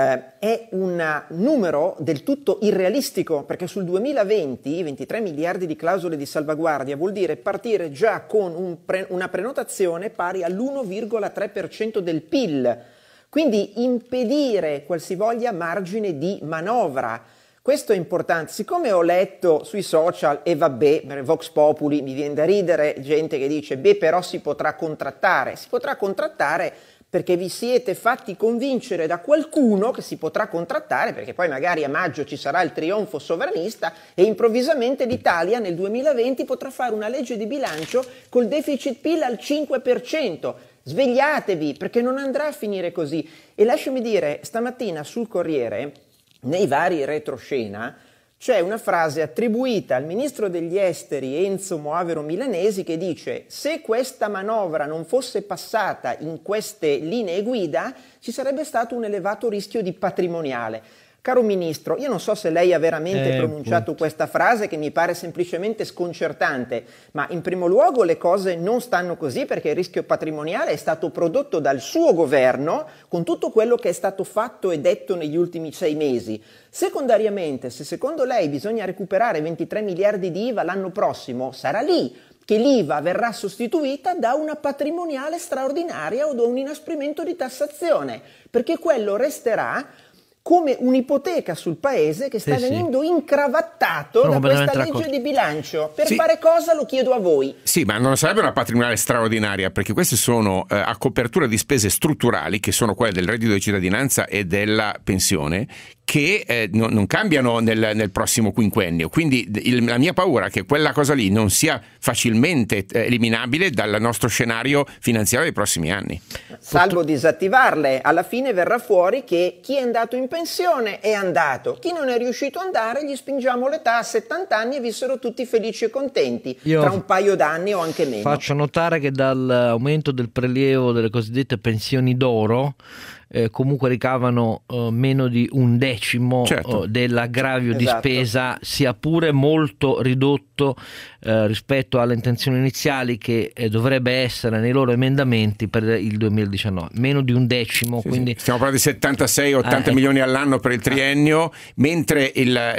è un numero del tutto irrealistico, perché sul 2020 23 miliardi di clausole di salvaguardia vuol dire partire già con una prenotazione pari all'1,3% del PIL. Quindi impedire qualsivoglia margine di manovra. Questo è importante. Siccome ho letto sui social, e vabbè, Vox Populi, mi viene da ridere, gente che dice, però si potrà contrattare. Si potrà contrattare perché vi siete fatti convincere da qualcuno che si potrà contrattare, perché poi magari a maggio ci sarà il trionfo sovranista e improvvisamente l'Italia nel 2020 potrà fare una legge di bilancio col deficit PIL al 5%. Svegliatevi, perché non andrà a finire così. E lasciami dire, stamattina sul Corriere, nei vari retroscena, c'è una frase attribuita al ministro degli esteri Enzo Moavero Milanesi che dice: se questa manovra non fosse passata in queste linee guida ci sarebbe stato un elevato rischio di patrimoniale. Caro Ministro, io non so se lei ha veramente pronunciato questa frase, che mi pare semplicemente sconcertante, ma in primo luogo le cose non stanno così, perché il rischio patrimoniale è stato prodotto dal suo governo con tutto quello che è stato fatto e detto negli ultimi 6 mesi. Secondariamente, se secondo lei bisogna recuperare 23 miliardi di IVA l'anno prossimo, sarà lì che l'IVA verrà sostituita da una patrimoniale straordinaria o da un inasprimento di tassazione, perché quello resterà come un'ipoteca sul paese che sta venendo incravattato da questa legge di bilancio. Per fare cosa lo chiedo a voi. Sì, ma non sarebbe una patrimoniale straordinaria, perché queste sono a copertura di spese strutturali, che sono quelle del reddito di cittadinanza e della pensione, che non cambiano nel prossimo quinquennio. Quindi la mia paura è che quella cosa lì non sia facilmente eliminabile dal nostro scenario finanziario dei prossimi anni. Salvo disattivarle, alla fine verrà fuori che chi è andato in pensione è andato, chi non è riuscito ad andare gli spingiamo l'età a 70 anni e vissero tutti felici e contenti, tra un paio d'anni o anche meno. Faccio notare che dall'aumento del prelievo delle cosiddette pensioni d'oro comunque ricavano meno di 1/10 dell'aggravio di spesa, sia pure molto ridotto rispetto alle intenzioni iniziali che dovrebbe essere nei loro emendamenti per il 2019, meno di 1/10. Quindi stiamo parlando di 76-80 milioni all'anno per il triennio, mentre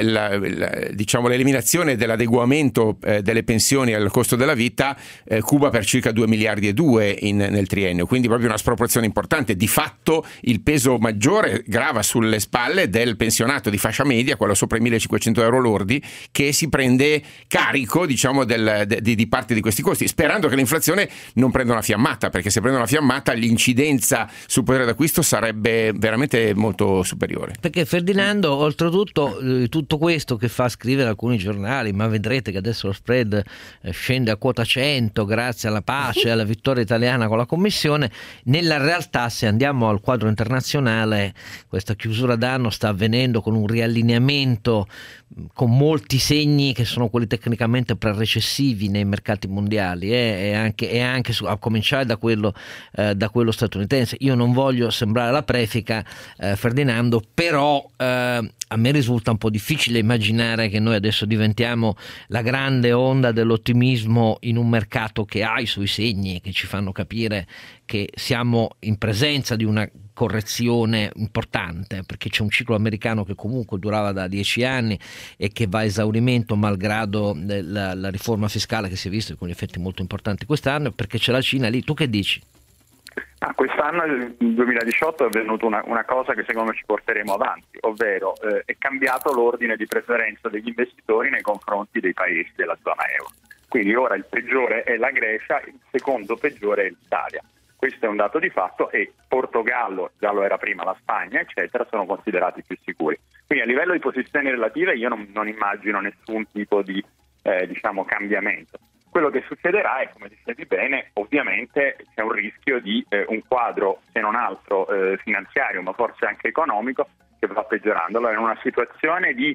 diciamo l'eliminazione dell'adeguamento delle pensioni al costo della vita cuba per circa 2,2 miliardi nel triennio, quindi proprio una sproporzione importante. Di fatto il peso maggiore grava sulle spalle del pensionato di fascia media, quello sopra i 1.500 euro lordi, che si prende carico, diciamo, di parte di questi costi, sperando che l'inflazione non prenda una fiammata, perché se prende una fiammata l'incidenza sul potere d'acquisto sarebbe veramente molto superiore. Perché Ferdinando, oltretutto, tutto questo che fa scrivere alcuni giornali, ma vedrete che adesso lo spread scende a quota 100 grazie alla pace e alla vittoria italiana con la Commissione, nella realtà, se andiamo al quadro internazionale, questa chiusura d'anno sta avvenendo con un riallineamento con molti segni che sono quelli tecnicamente pre-recessivi nei mercati mondiali, e anche a cominciare da quello statunitense. Io non voglio sembrare la prefica, Ferdinando, però a me risulta un po' difficile immaginare che noi adesso diventiamo la grande onda dell'ottimismo in un mercato che ha i suoi segni che ci fanno capire che siamo in presenza di una correzione importante, perché c'è un ciclo americano che comunque durava da 10 anni e che va a esaurimento malgrado la riforma fiscale che si è vista con gli effetti molto importanti quest'anno, perché c'è la Cina lì. Tu che dici? Quest'anno, nel 2018, è avvenuta una cosa che secondo me ci porteremo avanti, ovvero è cambiato l'ordine di preferenza degli investitori nei confronti dei paesi della zona euro. Quindi ora il peggiore è la Grecia, il secondo peggiore è l'Italia. Questo è un dato di fatto, e Portogallo, già lo era prima, la Spagna, eccetera, sono considerati più sicuri. Quindi a livello di posizioni relative io non immagino nessun tipo di cambiamento. Quello che succederà è, come dicevi bene, ovviamente c'è un rischio di un quadro, se non altro finanziario, ma forse anche economico, che va peggiorando. Allora, in una situazione di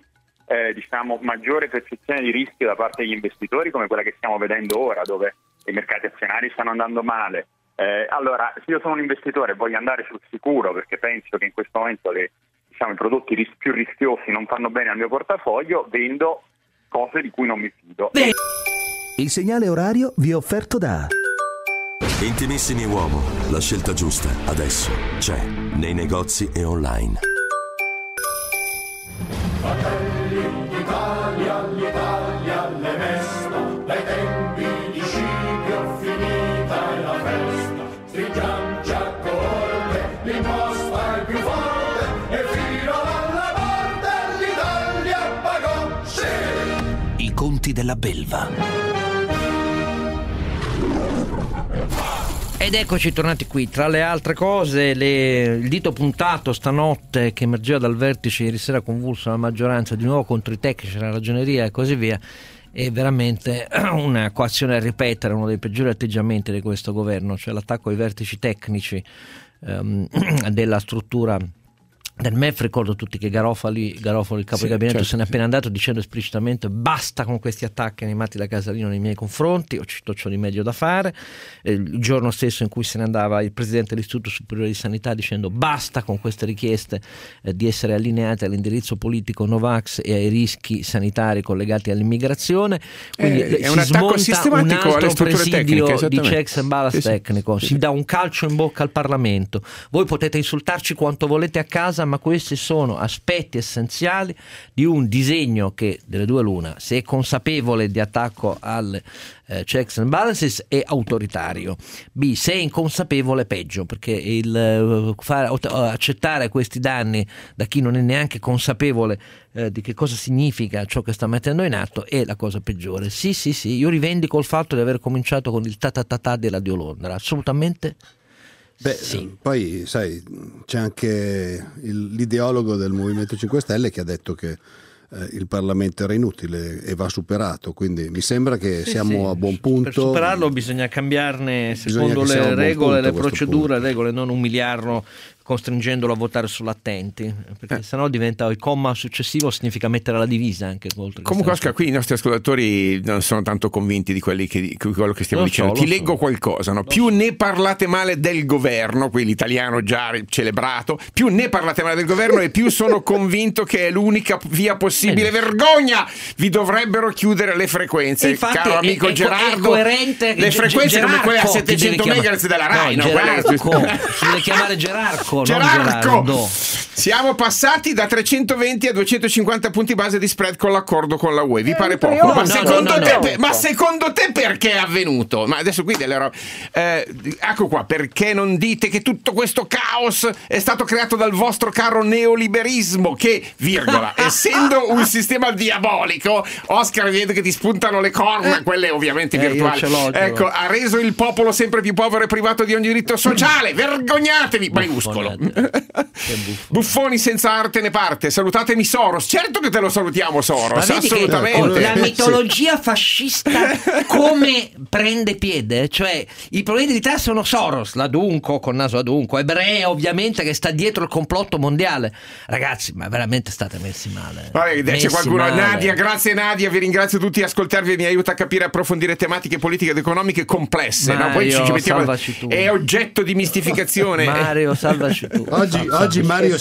maggiore percezione di rischio da parte degli investitori, come quella che stiamo vedendo ora, dove i mercati azionari stanno andando male, allora, se io sono un investitore e voglio andare sul sicuro, perché penso che in questo momento i prodotti più rischiosi non fanno bene al mio portafoglio, vendo cose di cui non mi fido. Il segnale orario vi è offerto da Intimissimi Uomo, la scelta giusta adesso c'è nei negozi e online. Fratelli d'Italia, l'Italia le mesta, dai tempi di Scipio finita è la festa, stringiamoci a corte, l'imposta è più forte e fino alla morte l'Italia pagò, sì! I conti della belva. Ed eccoci tornati qui. Tra le altre cose, il dito puntato stanotte che emergeva dal vertice ieri sera convulso la maggioranza di nuovo contro i tecnici, la ragioneria e così via, è veramente una coazione a ripetere uno dei peggiori atteggiamenti di questo governo, cioè l'attacco ai vertici tecnici della struttura del MEF. Ricordo tutti che Garofoli, il capo di gabinetto, se n'è appena andato dicendo esplicitamente basta con questi attacchi animati da Casalino nei miei confronti, ho tutto ciò di meglio da fare. Il giorno stesso in cui se ne andava il presidente dell'Istituto Superiore di Sanità dicendo basta con queste richieste di essere allineate all'indirizzo politico Novax e ai rischi sanitari collegati all'immigrazione. Quindi è un attacco sistematico alle strutture tecniche, di checks and balance tecnico. Si dà un calcio in bocca al Parlamento. Voi potete insultarci quanto volete a casa, ma questi sono aspetti essenziali di un disegno che, delle due l'una, se è consapevole di attacco alle checks and balances è autoritario, B, se è inconsapevole peggio, perché accettare questi danni da chi non è neanche consapevole di che cosa significa ciò che sta mettendo in atto è la cosa peggiore. Sì, io rivendico il fatto di aver cominciato con il ta della Dio Londra, assolutamente Poi sai, c'è anche l'ideologo del Movimento 5 Stelle che ha detto che il Parlamento era inutile e va superato, quindi mi sembra che siamo a buon punto. Per superarlo bisogna cambiarne secondo le regole, le procedure, le regole, non umiliarlo costringendolo a votare sull'attenti, perché sennò diventa il comma successivo, significa mettere la divisa anche. Comunque Oscar, qui i nostri ascoltatori non sono tanto convinti di quello che stiamo dicendo. Ti leggo qualcosa, no? Più ne parlate male del governo, qui l'italiano già celebrato, più ne parlate male del governo e più sono convinto che è l'unica via possibile. Vergogna! Vi dovrebbero chiudere le frequenze. Infatti, caro amico Gerardo, le frequenze come quelle a 700 MHz della Rai, devi chiamare Gerarco. Siamo passati da 320 a 250 punti base di spread con l'accordo con la UE. Vi pare poco? Ma secondo te perché è avvenuto? Ma adesso qui ecco qua, perché non dite che tutto questo caos è stato creato dal vostro caro neoliberismo che, virgola, essendo un sistema diabolico, Oscar, vedo che ti spuntano le corna, quelle ovviamente virtuali. Ecco, ha reso il popolo sempre più povero e privato di ogni diritto sociale. Vergognatevi, maiuscolo. Buffoni senza arte né parte. Salutatemi Soros. Certo che te lo salutiamo Soros, assolutamente. La mitologia fascista come prende piede, cioè i problemi dell'Italia sono Soros, l'adunco con naso adunco, ebreo ovviamente che sta dietro il complotto mondiale. Ragazzi, ma veramente state messi male. C'è qualcuno male. Nadia, grazie Nadia, vi ringrazio tutti, ascoltarvi mi aiuta a capire e approfondire tematiche politiche ed economiche complesse. Mario, poi ci mettiamo, è oggetto di mistificazione. Mario, salvaci tu. Oggi Mario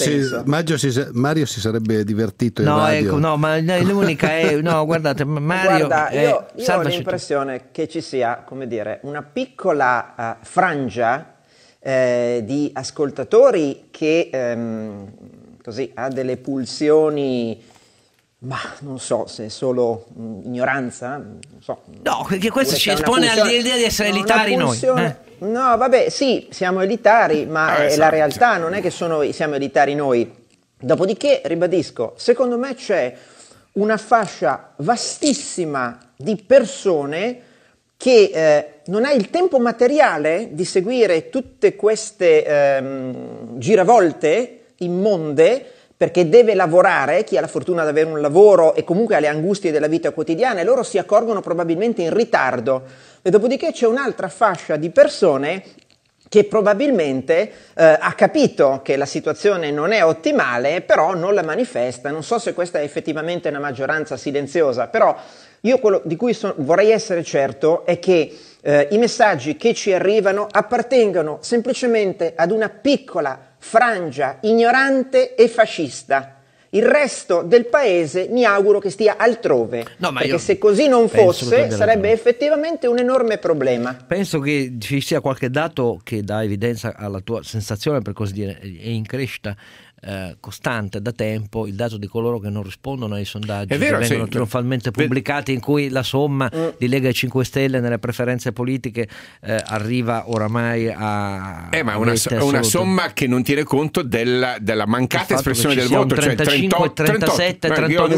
si sarebbe divertito in radio. Ma l'unica è guardate, Mario. Guarda, io ho l'impressione che ci sia, come dire, una piccola frangia di ascoltatori che così ha delle pulsioni, ma non so se è solo ignoranza, non so. No, perché questo ci espone all'idea di essere elitari noi. No, vabbè, sì, siamo elitari, ma è la realtà, non è che siamo elitari noi. Dopodiché, ribadisco, secondo me c'è una fascia vastissima di persone che non ha il tempo materiale di seguire tutte queste giravolte immonde, perché deve lavorare, chi ha la fortuna di avere un lavoro e comunque ha le angustie della vita quotidiana, e loro si accorgono probabilmente in ritardo. E dopodiché c'è un'altra fascia di persone che probabilmente ha capito che la situazione non è ottimale, però non la manifesta. Non so se questa è effettivamente una maggioranza silenziosa, però io quello di cui vorrei essere certo è che i messaggi che ci arrivano appartengono semplicemente ad una piccola frangia ignorante e fascista. Il resto del paese mi auguro che stia altrove, perché se così non fosse sarebbe effettivamente un enorme problema. Penso che ci sia qualche dato che dà evidenza alla tua sensazione, per così dire, è in crescita costante da tempo il dato di coloro che non rispondono ai sondaggi che vengono trionfalmente pubblicati, in cui la somma di Lega e 5 Stelle nelle preferenze politiche arriva oramai a ma una somma che non tiene conto della mancata espressione del voto, 35, cioè 37,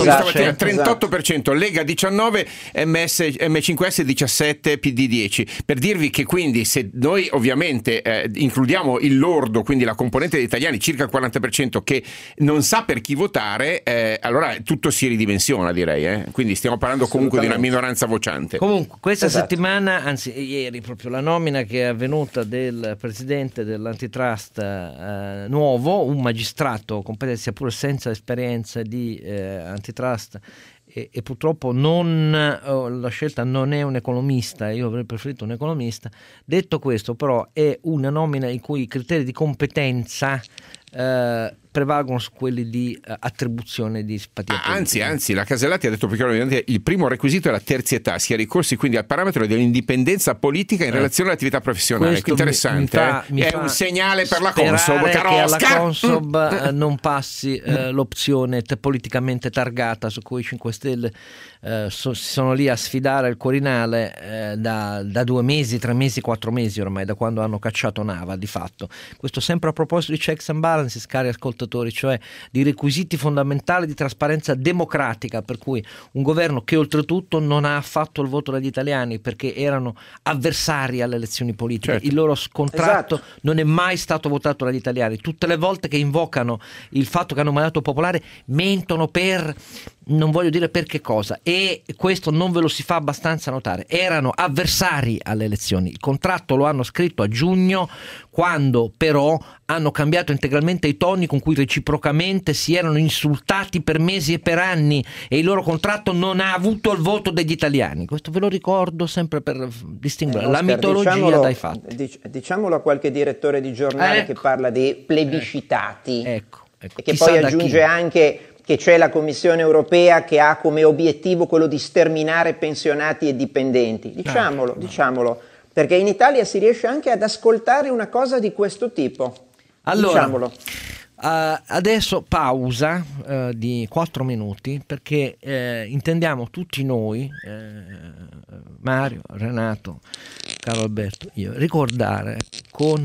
38%, Lega 19, M5S 17, PD 10, per dirvi che quindi se noi ovviamente includiamo il lordo, quindi la componente degli italiani, circa il 40% che non sa per chi votare, allora tutto si ridimensiona, direi, quindi stiamo parlando comunque di una minoranza vociante. Comunque questa settimana, anzi ieri, proprio la nomina che è avvenuta del presidente dell'antitrust nuovo, un magistrato competente sia pure senza esperienza di antitrust, e purtroppo la scelta non è un economista, io avrei preferito un economista. Detto questo, però, è una nomina in cui i criteri di competenza prevalgono su quelli di attribuzione di simpatia politica. Anzi, la Casellati ha detto che il primo requisito è la terzietà, si è ricorsi quindi al parametro dell'indipendenza politica in relazione all'attività professionale. Che interessante, è un segnale per la Consob, caro che Oscar. alla Consob non passi l'opzione politicamente targata su cui i 5 Stelle sono lì a sfidare il Quirinale da 2 mesi, 3 mesi, 4 mesi ormai, da quando hanno cacciato Nava di fatto. Questo sempre a proposito di checks and balances, cari ascoltatori. ascoltatori, cioè di requisiti fondamentali di trasparenza democratica, per cui un governo che oltretutto non ha affatto il voto degli italiani perché erano avversari alle elezioni politiche, certo. Il loro contratto non è mai stato votato dagli italiani. Tutte le volte che invocano il fatto che hanno un mandato popolare mentono per non voglio dire per che cosa, e questo non ve lo si fa abbastanza notare. Erano avversari alle elezioni, il contratto lo hanno scritto a giugno, quando però hanno cambiato integralmente i toni con cui reciprocamente si erano insultati per mesi e per anni, e il loro contratto non ha avuto il voto degli italiani. Questo ve lo ricordo sempre per distinguere la mitologia dai fatti. Diciamolo a qualche direttore di giornale che parla di plebiscitati, e che Chissà poi aggiunge anche che c'è la Commissione europea che ha come obiettivo quello di sterminare pensionati e dipendenti. Diciamolo, perché in Italia si riesce anche ad ascoltare una cosa di questo tipo. Allora, diciamolo. Adesso pausa di 4 minuti, perché intendiamo tutti noi, Mario, Renato, Carlo Alberto, io, ricordare con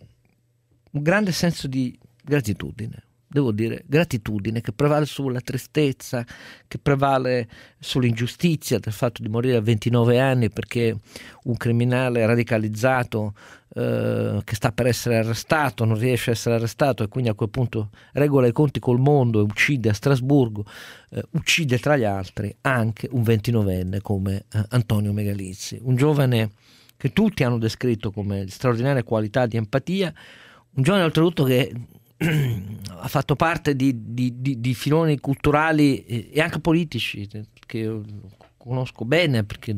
un grande senso di gratitudine. Devo dire, gratitudine che prevale sulla tristezza, che prevale sull'ingiustizia del fatto di morire a 29 anni perché un criminale radicalizzato che sta per essere arrestato non riesce a essere arrestato e quindi a quel punto regola i conti col mondo e uccide a Strasburgo, uccide tra gli altri anche un 29enne come Antonio Megalizzi, un giovane che tutti hanno descritto come di straordinaria qualità di empatia, un giovane oltretutto che ha fatto parte di filoni culturali e anche politici che io conosco bene perché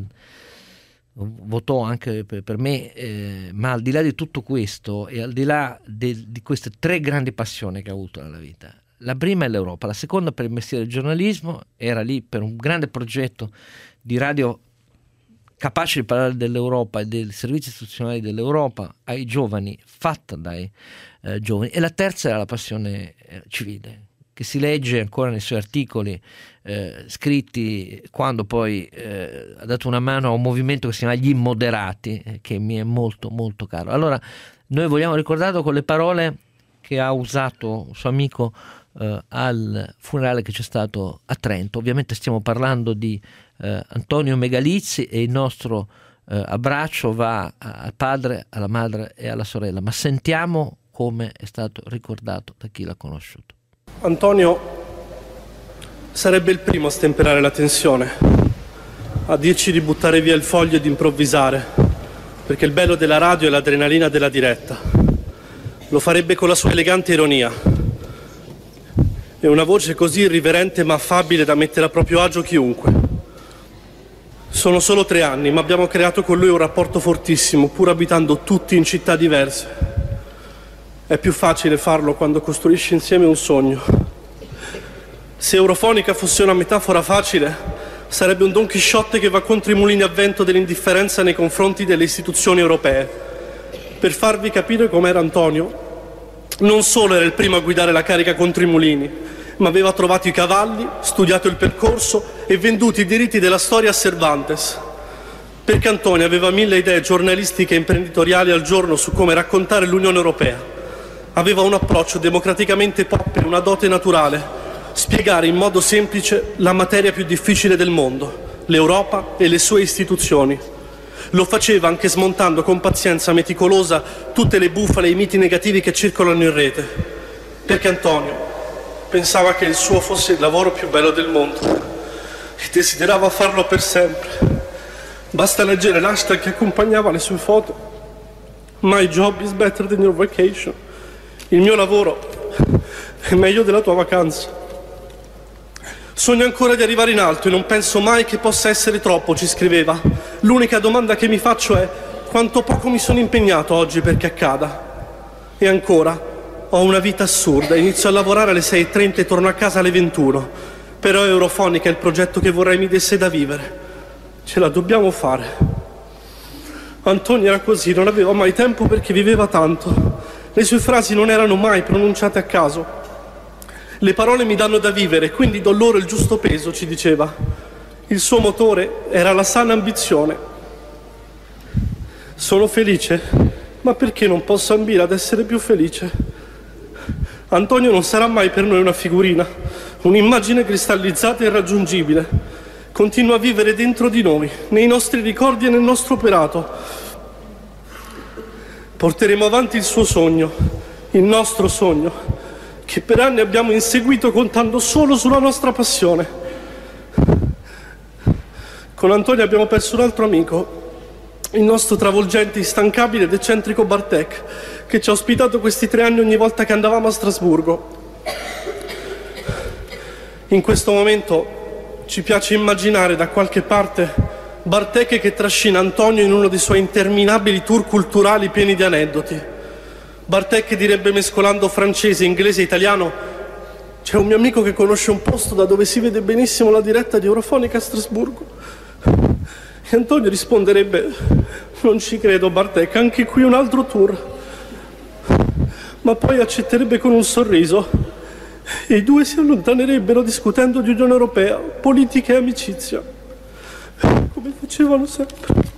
votò anche per me, ma al di là di tutto questo e al di là di queste 3 grandi passioni che ha avuto nella vita, la prima è l'Europa, la seconda per il mestiere del giornalismo, era lì per un grande progetto di radio capace di parlare dell'Europa e dei servizi istituzionali dell'Europa ai giovani, fatta dai giovani, e la terza era la passione civile, che si legge ancora nei suoi articoli scritti quando poi ha dato una mano a un movimento che si chiama Gli Immoderati, che mi è molto molto caro. Allora noi vogliamo ricordarlo con le parole che ha usato un suo amico al funerale che c'è stato a Trento. Ovviamente stiamo parlando di Antonio Megalizzi, e il nostro abbraccio va al padre, alla madre e alla sorella, ma sentiamo come è stato ricordato da chi l'ha conosciuto. Antonio sarebbe il primo a stemperare la tensione, a dirci di buttare via il foglio e di improvvisare, perché il bello della radio è l'adrenalina della diretta. Lo farebbe con la sua elegante ironia e una voce così irriverente ma affabile da mettere a proprio agio chiunque. Sono solo 3 anni, ma abbiamo creato con lui un rapporto fortissimo, pur abitando tutti in città diverse. È più facile farlo quando costruisci insieme un sogno. Se Eurofonica fosse una metafora facile, sarebbe un Don Chisciotte che va contro i mulini a vento dell'indifferenza nei confronti delle istituzioni europee. Per farvi capire com'era Antonio, non solo era il primo a guidare la carica contro i mulini, ma aveva trovato i cavalli, studiato il percorso e venduto i diritti della storia a Cervantes. Perché Antonio aveva 1000 idee giornalistiche e imprenditoriali al giorno su come raccontare l'Unione Europea. Aveva un approccio democraticamente pop e una dote naturale: spiegare in modo semplice la materia più difficile del mondo, l'Europa e le sue istituzioni. Lo faceva anche smontando con pazienza meticolosa tutte le bufale e i miti negativi che circolano in rete. Perché Antonio pensava che il suo fosse il lavoro più bello del mondo e desiderava farlo per sempre. Basta leggere l'hashtag che accompagnava le sue foto: My job is better than your vacation. Il mio lavoro è meglio della tua vacanza. Sogno ancora di arrivare in alto e non penso mai che possa essere troppo, ci scriveva. L'unica domanda che mi faccio è quanto poco mi sono impegnato oggi perché accada. E ancora, ho una vita assurda, inizio a lavorare alle 6:30 e torno a casa alle 21. Però Eurofonica è il progetto che vorrei mi desse da vivere. Ce la dobbiamo fare. Antonio era così, non aveva mai tempo perché viveva tanto. Le sue frasi non erano mai pronunciate a caso. Le parole mi danno da vivere, quindi do loro il giusto peso, ci diceva. Il suo motore era la sana ambizione. Sono felice, ma perché non posso ambire ad essere più felice? Antonio non sarà mai per noi una figurina, un'immagine cristallizzata e irraggiungibile. Continua a vivere dentro di noi, nei nostri ricordi e nel nostro operato. Porteremo avanti il suo sogno, il nostro sogno, che per anni abbiamo inseguito contando solo sulla nostra passione. Con Antonio abbiamo perso un altro amico, il nostro travolgente, instancabile ed eccentrico Bartek, che ci ha ospitato questi 3 anni ogni volta che andavamo a Strasburgo. In questo momento ci piace immaginare da qualche parte Bartek che trascina Antonio in uno dei suoi interminabili tour culturali pieni di aneddoti. Bartek direbbe, mescolando francese, inglese e italiano: c'è un mio amico che conosce un posto da dove si vede benissimo la diretta di Eurofonica a Strasburgo. E Antonio risponderebbe: non ci credo Bartek, anche qui un altro tour. Ma poi accetterebbe con un sorriso e i due si allontanerebbero discutendo di Unione Europea, politica e amicizia, come facevano sempre.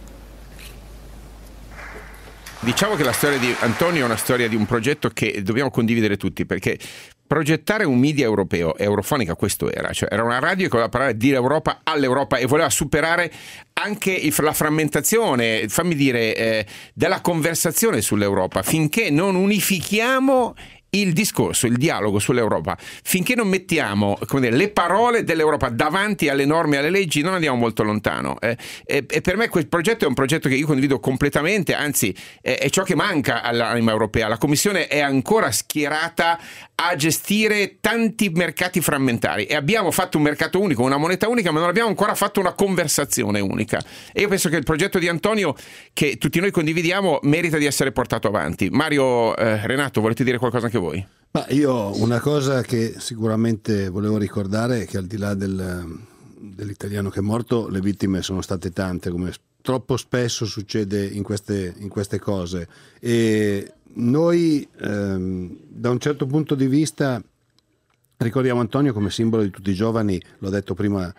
Diciamo che la storia di Antonio è una storia di un progetto che dobbiamo condividere tutti, perché progettare un media europeo, Eurofonica questo era, cioè era una radio che voleva parlare di Europa all'Europa e voleva superare anche la frammentazione, fammi dire, della conversazione sull'Europa, finché non unifichiamo il discorso, il dialogo sull'Europa, finché non mettiamo, come dire, le parole dell'Europa davanti alle norme e alle leggi, non andiamo molto lontano. E per me quel progetto è un progetto che io condivido completamente, anzi è ciò che manca all'anima europea. La Commissione è ancora schierata a gestire tanti mercati frammentari e abbiamo fatto un mercato unico, una moneta unica, ma non abbiamo ancora fatto una conversazione unica. E io penso che il progetto di Antonio, che tutti noi condividiamo, merita di essere portato avanti. Mario, Renato, volete dire qualcosa anche voi? Ma io una cosa che sicuramente volevo ricordare è che al di là dell'italiano che è morto, le vittime sono state tante, come troppo spesso succede in queste cose, e noi da un certo punto di vista ricordiamo Antonio come simbolo di tutti i giovani, l'ho detto prima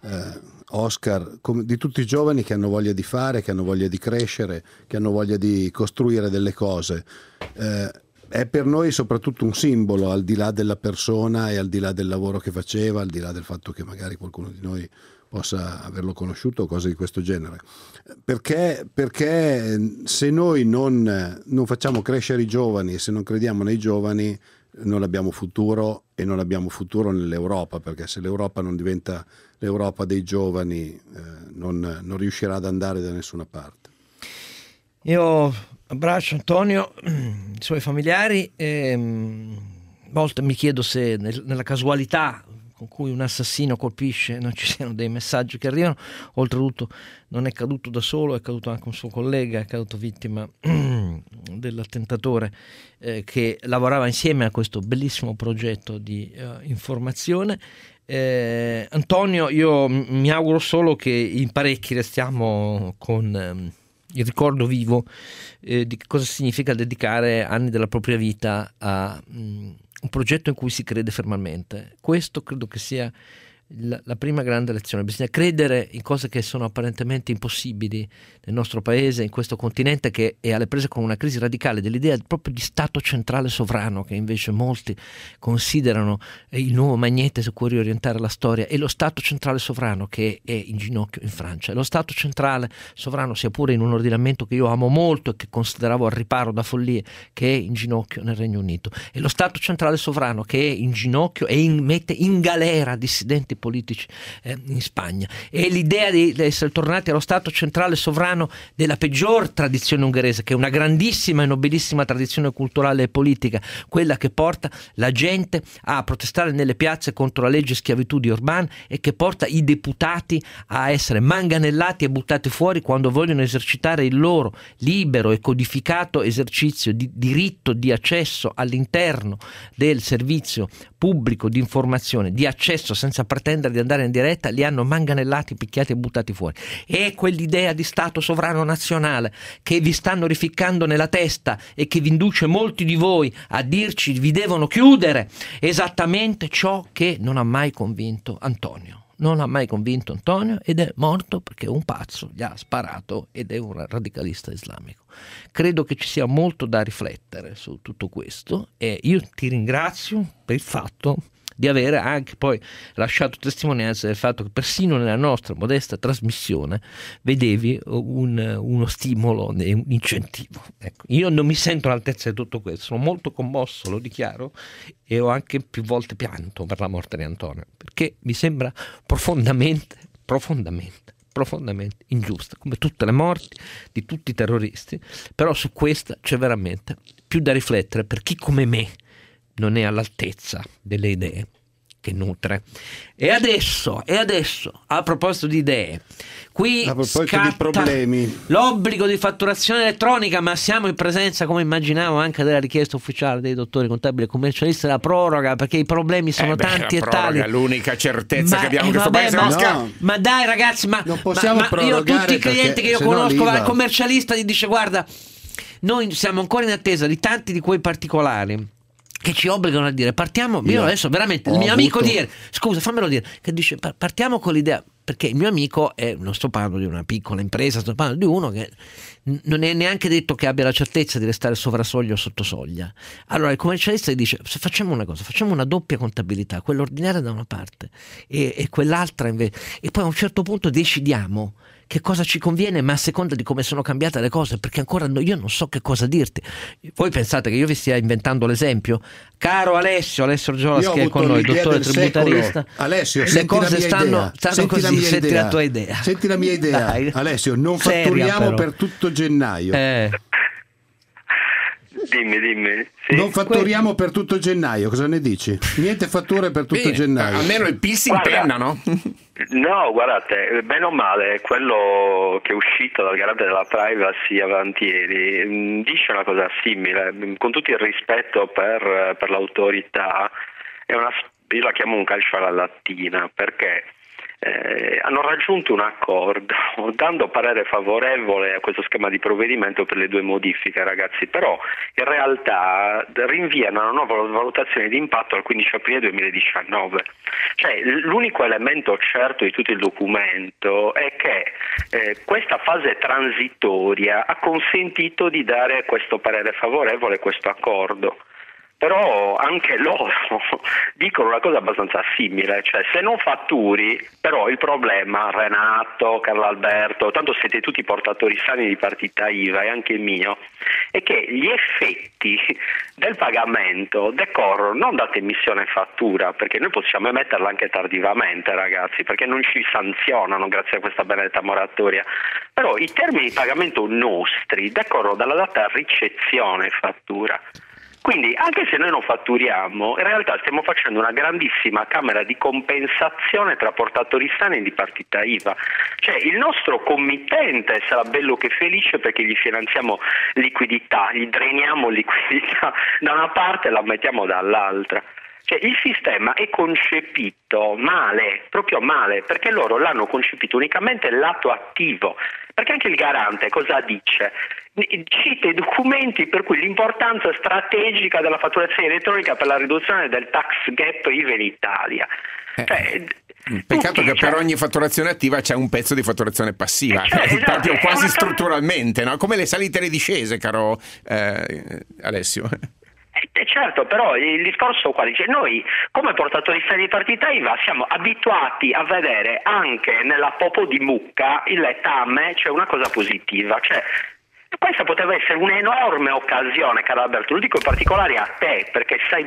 Oscar, di tutti i giovani che hanno voglia di fare, che hanno voglia di crescere, che hanno voglia di costruire delle cose. È per noi soprattutto un simbolo, al di là della persona e al di là del lavoro che faceva, al di là del fatto che magari qualcuno di noi possa averlo conosciuto o cose di questo genere. Perché se noi non facciamo crescere i giovani e se non crediamo nei giovani, non abbiamo futuro, e non abbiamo futuro nell'Europa, perché se l'Europa non diventa l'Europa dei giovani non riuscirà ad andare da nessuna parte. Io abbraccio Antonio, i suoi familiari, e a volte mi chiedo se nella casualità con cui un assassino colpisce non ci siano dei messaggi che arrivano. Oltretutto non è caduto da solo, è caduto anche un suo collega, è caduto vittima dell'attentatore che lavorava insieme a questo bellissimo progetto di informazione. Antonio, io mi auguro solo che in parecchi restiamo con il ricordo vivo di cosa significa dedicare anni della propria vita a un progetto in cui si crede fermamente. Questo credo che sia la prima grande lezione. Bisogna credere in cose che sono apparentemente impossibili nel nostro paese, in questo continente che è alle prese con una crisi radicale dell'idea proprio di Stato centrale sovrano, che invece molti considerano il nuovo magnete su cui riorientare la storia, e lo Stato centrale sovrano che è in ginocchio in Francia, e lo Stato centrale sovrano, sia pure in un ordinamento che io amo molto e che consideravo al riparo da follie, che è in ginocchio nel Regno Unito, e lo Stato centrale sovrano che è in ginocchio e mette in galera dissidenti politici in Spagna. E l'idea di essere tornati allo Stato centrale sovrano della peggior tradizione ungherese, che è una grandissima e nobilissima tradizione culturale e politica, quella che porta la gente a protestare nelle piazze contro la legge schiavitù di Orbán e che porta i deputati a essere manganellati e buttati fuori quando vogliono esercitare il loro libero e codificato esercizio di diritto di accesso all'interno del servizio pubblico di informazione, di accesso senza pretendere di andare in diretta. Li hanno manganellati, picchiati e buttati fuori. E quell'idea di Stato sovrano nazionale che vi stanno rificcando nella testa e che vi induce molti di voi a dirci vi devono chiudere, esattamente ciò che non ha mai convinto Antonio. non ha mai convinto Antonio ed è morto perché un pazzo gli ha sparato ed è un radicalista islamico. Credo che ci sia molto da riflettere su tutto questo e io ti ringrazio per il fatto di avere anche poi lasciato testimonianza del fatto che persino nella nostra modesta trasmissione vedevi uno stimolo e un incentivo. Ecco, io non mi sento all'altezza di tutto questo, sono molto commosso, lo dichiaro, e ho anche più volte pianto per la morte di Antonio, perché mi sembra profondamente ingiusta, come tutte le morti di tutti i terroristi, però su questa c'è veramente più da riflettere per chi come me non è all'altezza delle idee che nutre. E adesso, a proposito di idee, qui scatta di problemi, l'obbligo di fatturazione elettronica, ma siamo in presenza, come immaginavo, anche della richiesta ufficiale dei dottori contabili e commercialisti, della proroga, perché i problemi sono tanti e tali. È l'unica certezza che abbiamo in questo paese. Ma dai ragazzi, non possiamo io tutti i clienti che io conosco, il commercialista gli dice: guarda, noi siamo ancora in attesa di tanti di quei particolari che ci obbligano a dire partiamo. Io adesso veramente il mio amico dire, scusa fammelo dire, che dice partiamo con l'idea, perché il mio amico è, non sto parlando di una piccola impresa, sto parlando di uno che non è neanche detto che abbia la certezza di restare sovrasoglia o sotto soglia. Allora il commercialista gli dice: se facciamo una cosa, facciamo una doppia contabilità, quella ordinaria da una parte e quell'altra invece, e poi a un certo punto decidiamo che cosa ci conviene, ma a seconda di come sono cambiate le cose, perché ancora io non so che cosa dirti. Voi pensate che io vi stia inventando l'esempio? Caro Alessio Giolas, che è con noi, dottore tributarista, Alessio, le cose stanno così. Senti la tua idea. Senti la mia idea. Dai. Alessio, non fatturiamo per tutto gennaio. Dimmi. Sì. Non fatturiamo per tutto gennaio, cosa ne dici? Niente fatture per tutto gennaio. Almeno il PIL si impenna, no? No, guardate, bene o male, quello che è uscito dal garante della privacy avanti ieri dice una cosa simile, con tutto il rispetto per l'autorità, io la chiamo un calcio alla lattina, perché hanno raggiunto un accordo dando parere favorevole a questo schema di provvedimento per le due modifiche, ragazzi, però in realtà rinviano una nuova valutazione di impatto al 15 aprile 2019. Cioè, l'unico elemento certo di tutto il documento è che questa fase transitoria ha consentito di dare questo parere favorevole, questo accordo. Però anche loro dicono una cosa abbastanza simile, cioè se non fatturi, però il problema, Renato, Carlo Alberto, tanto siete tutti portatori sani di partita IVA e anche il mio, è che gli effetti del pagamento decorrono non da emissione e fattura, perché noi possiamo emetterla anche tardivamente, ragazzi, perché non ci sanzionano grazie a questa benedetta moratoria, però i termini di pagamento nostri decorrono dalla data ricezione e fattura. Quindi anche se noi non fatturiamo, in realtà stiamo facendo una grandissima camera di compensazione tra portatori sani di partita IVA. Cioè il nostro committente sarà bello che felice perché gli finanziamo liquidità, gli dreniamo liquidità da una parte e la mettiamo dall'altra. Cioè il sistema è concepito male, proprio male, perché loro l'hanno concepito unicamente il lato attivo. Perché anche il garante cosa dice? Cita i documenti per cui l'importanza strategica della fatturazione elettronica per la riduzione del tax gap IVA in Italia. Peccato che per ogni fatturazione attiva c'è un pezzo di fatturazione passiva, proprio quasi strutturalmente, no? Come le salite e le discese, caro Alessio. Certo, però il discorso qua dice: noi come portatori di partita IVA siamo abituati a vedere anche nella Popo di Mucca il letame, cioè una cosa positiva, cioè questa poteva essere un'enorme occasione, caro Alberto, lo dico in particolare a te, perché sei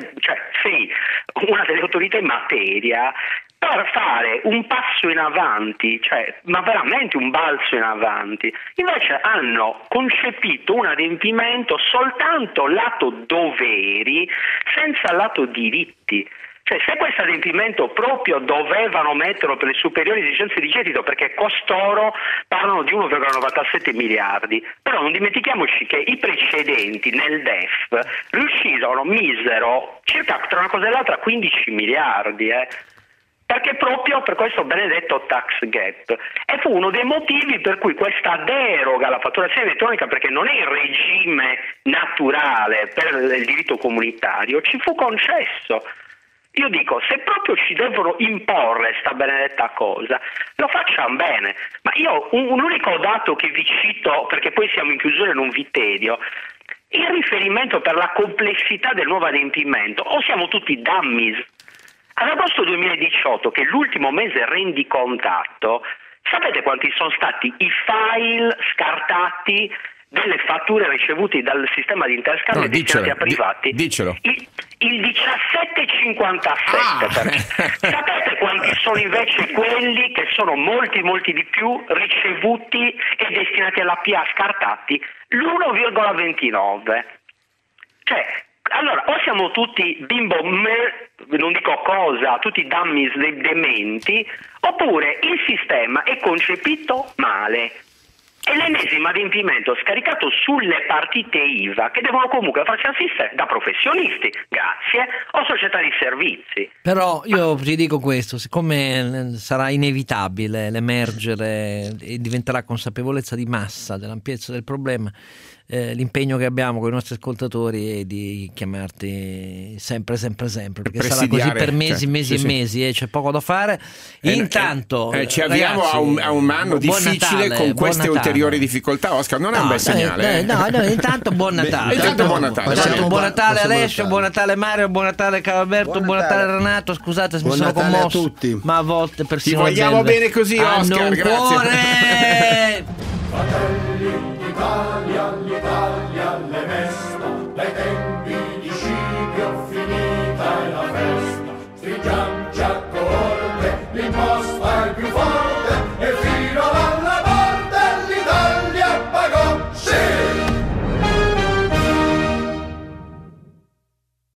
una delle autorità in materia, per fare un passo in avanti, cioè, ma veramente un balzo in avanti. Invece hanno concepito un adempimento soltanto lato doveri, senza lato diritti. Cioè, se questo adempimento proprio dovevano metterlo per le superiori esigenze di gettito, perché costoro parlano di 1,97 miliardi, però non dimentichiamoci che i precedenti nel DEF misero circa tra una cosa e l'altra 15 miliardi, perché proprio per questo benedetto tax gap, e fu uno dei motivi per cui questa deroga alla fatturazione elettronica, perché non è il regime naturale per il diritto comunitario, ci fu concesso. Io dico, se proprio ci devono imporre sta benedetta cosa, lo facciamo bene. Ma io un unico dato che vi cito, perché poi siamo in chiusura e non vi tedio, il riferimento per la complessità del nuovo adempimento, o siamo tutti dummies. Ad agosto 2018, che è l'ultimo mese rendicontato, sapete quanti sono stati i file scartati delle fatture ricevute dal sistema di interscambio destinati a privati? Dicelo. Il 17,57%. Sapete quanti sono invece quelli che sono molti di più ricevuti e destinati alla PA scartati? L'1,29%. Cioè, allora, o siamo tutti bimbo, non dico cosa, tutti dummies dementi, oppure il sistema è concepito male. È l'ennesimo adempimento scaricato sulle partite IVA che devono comunque farsi assistere da professionisti, grazie, o società di servizi. Però io ti dico questo, siccome sarà inevitabile l'emergere e diventerà consapevolezza di massa dell'ampiezza del problema, l'impegno che abbiamo con i nostri ascoltatori è di chiamarti sempre perché sarà così per mesi e mesi, c'è poco da fare. Intanto ci avviamo ragazzi, a un anno difficile con queste ulteriori difficoltà. Oscar, non è un bel segnale. No, intanto buon Natale. Buon Natale Alessio, buon Natale Mario, buon Natale Carlo Alberto, buon Natale Renato. Scusate se mi sono commosso, a tutti. ma a volte persino ti vogliamo bene così, Oscar, grazie. Fratelli d'Italia, l'Italia le mesta, dai tempi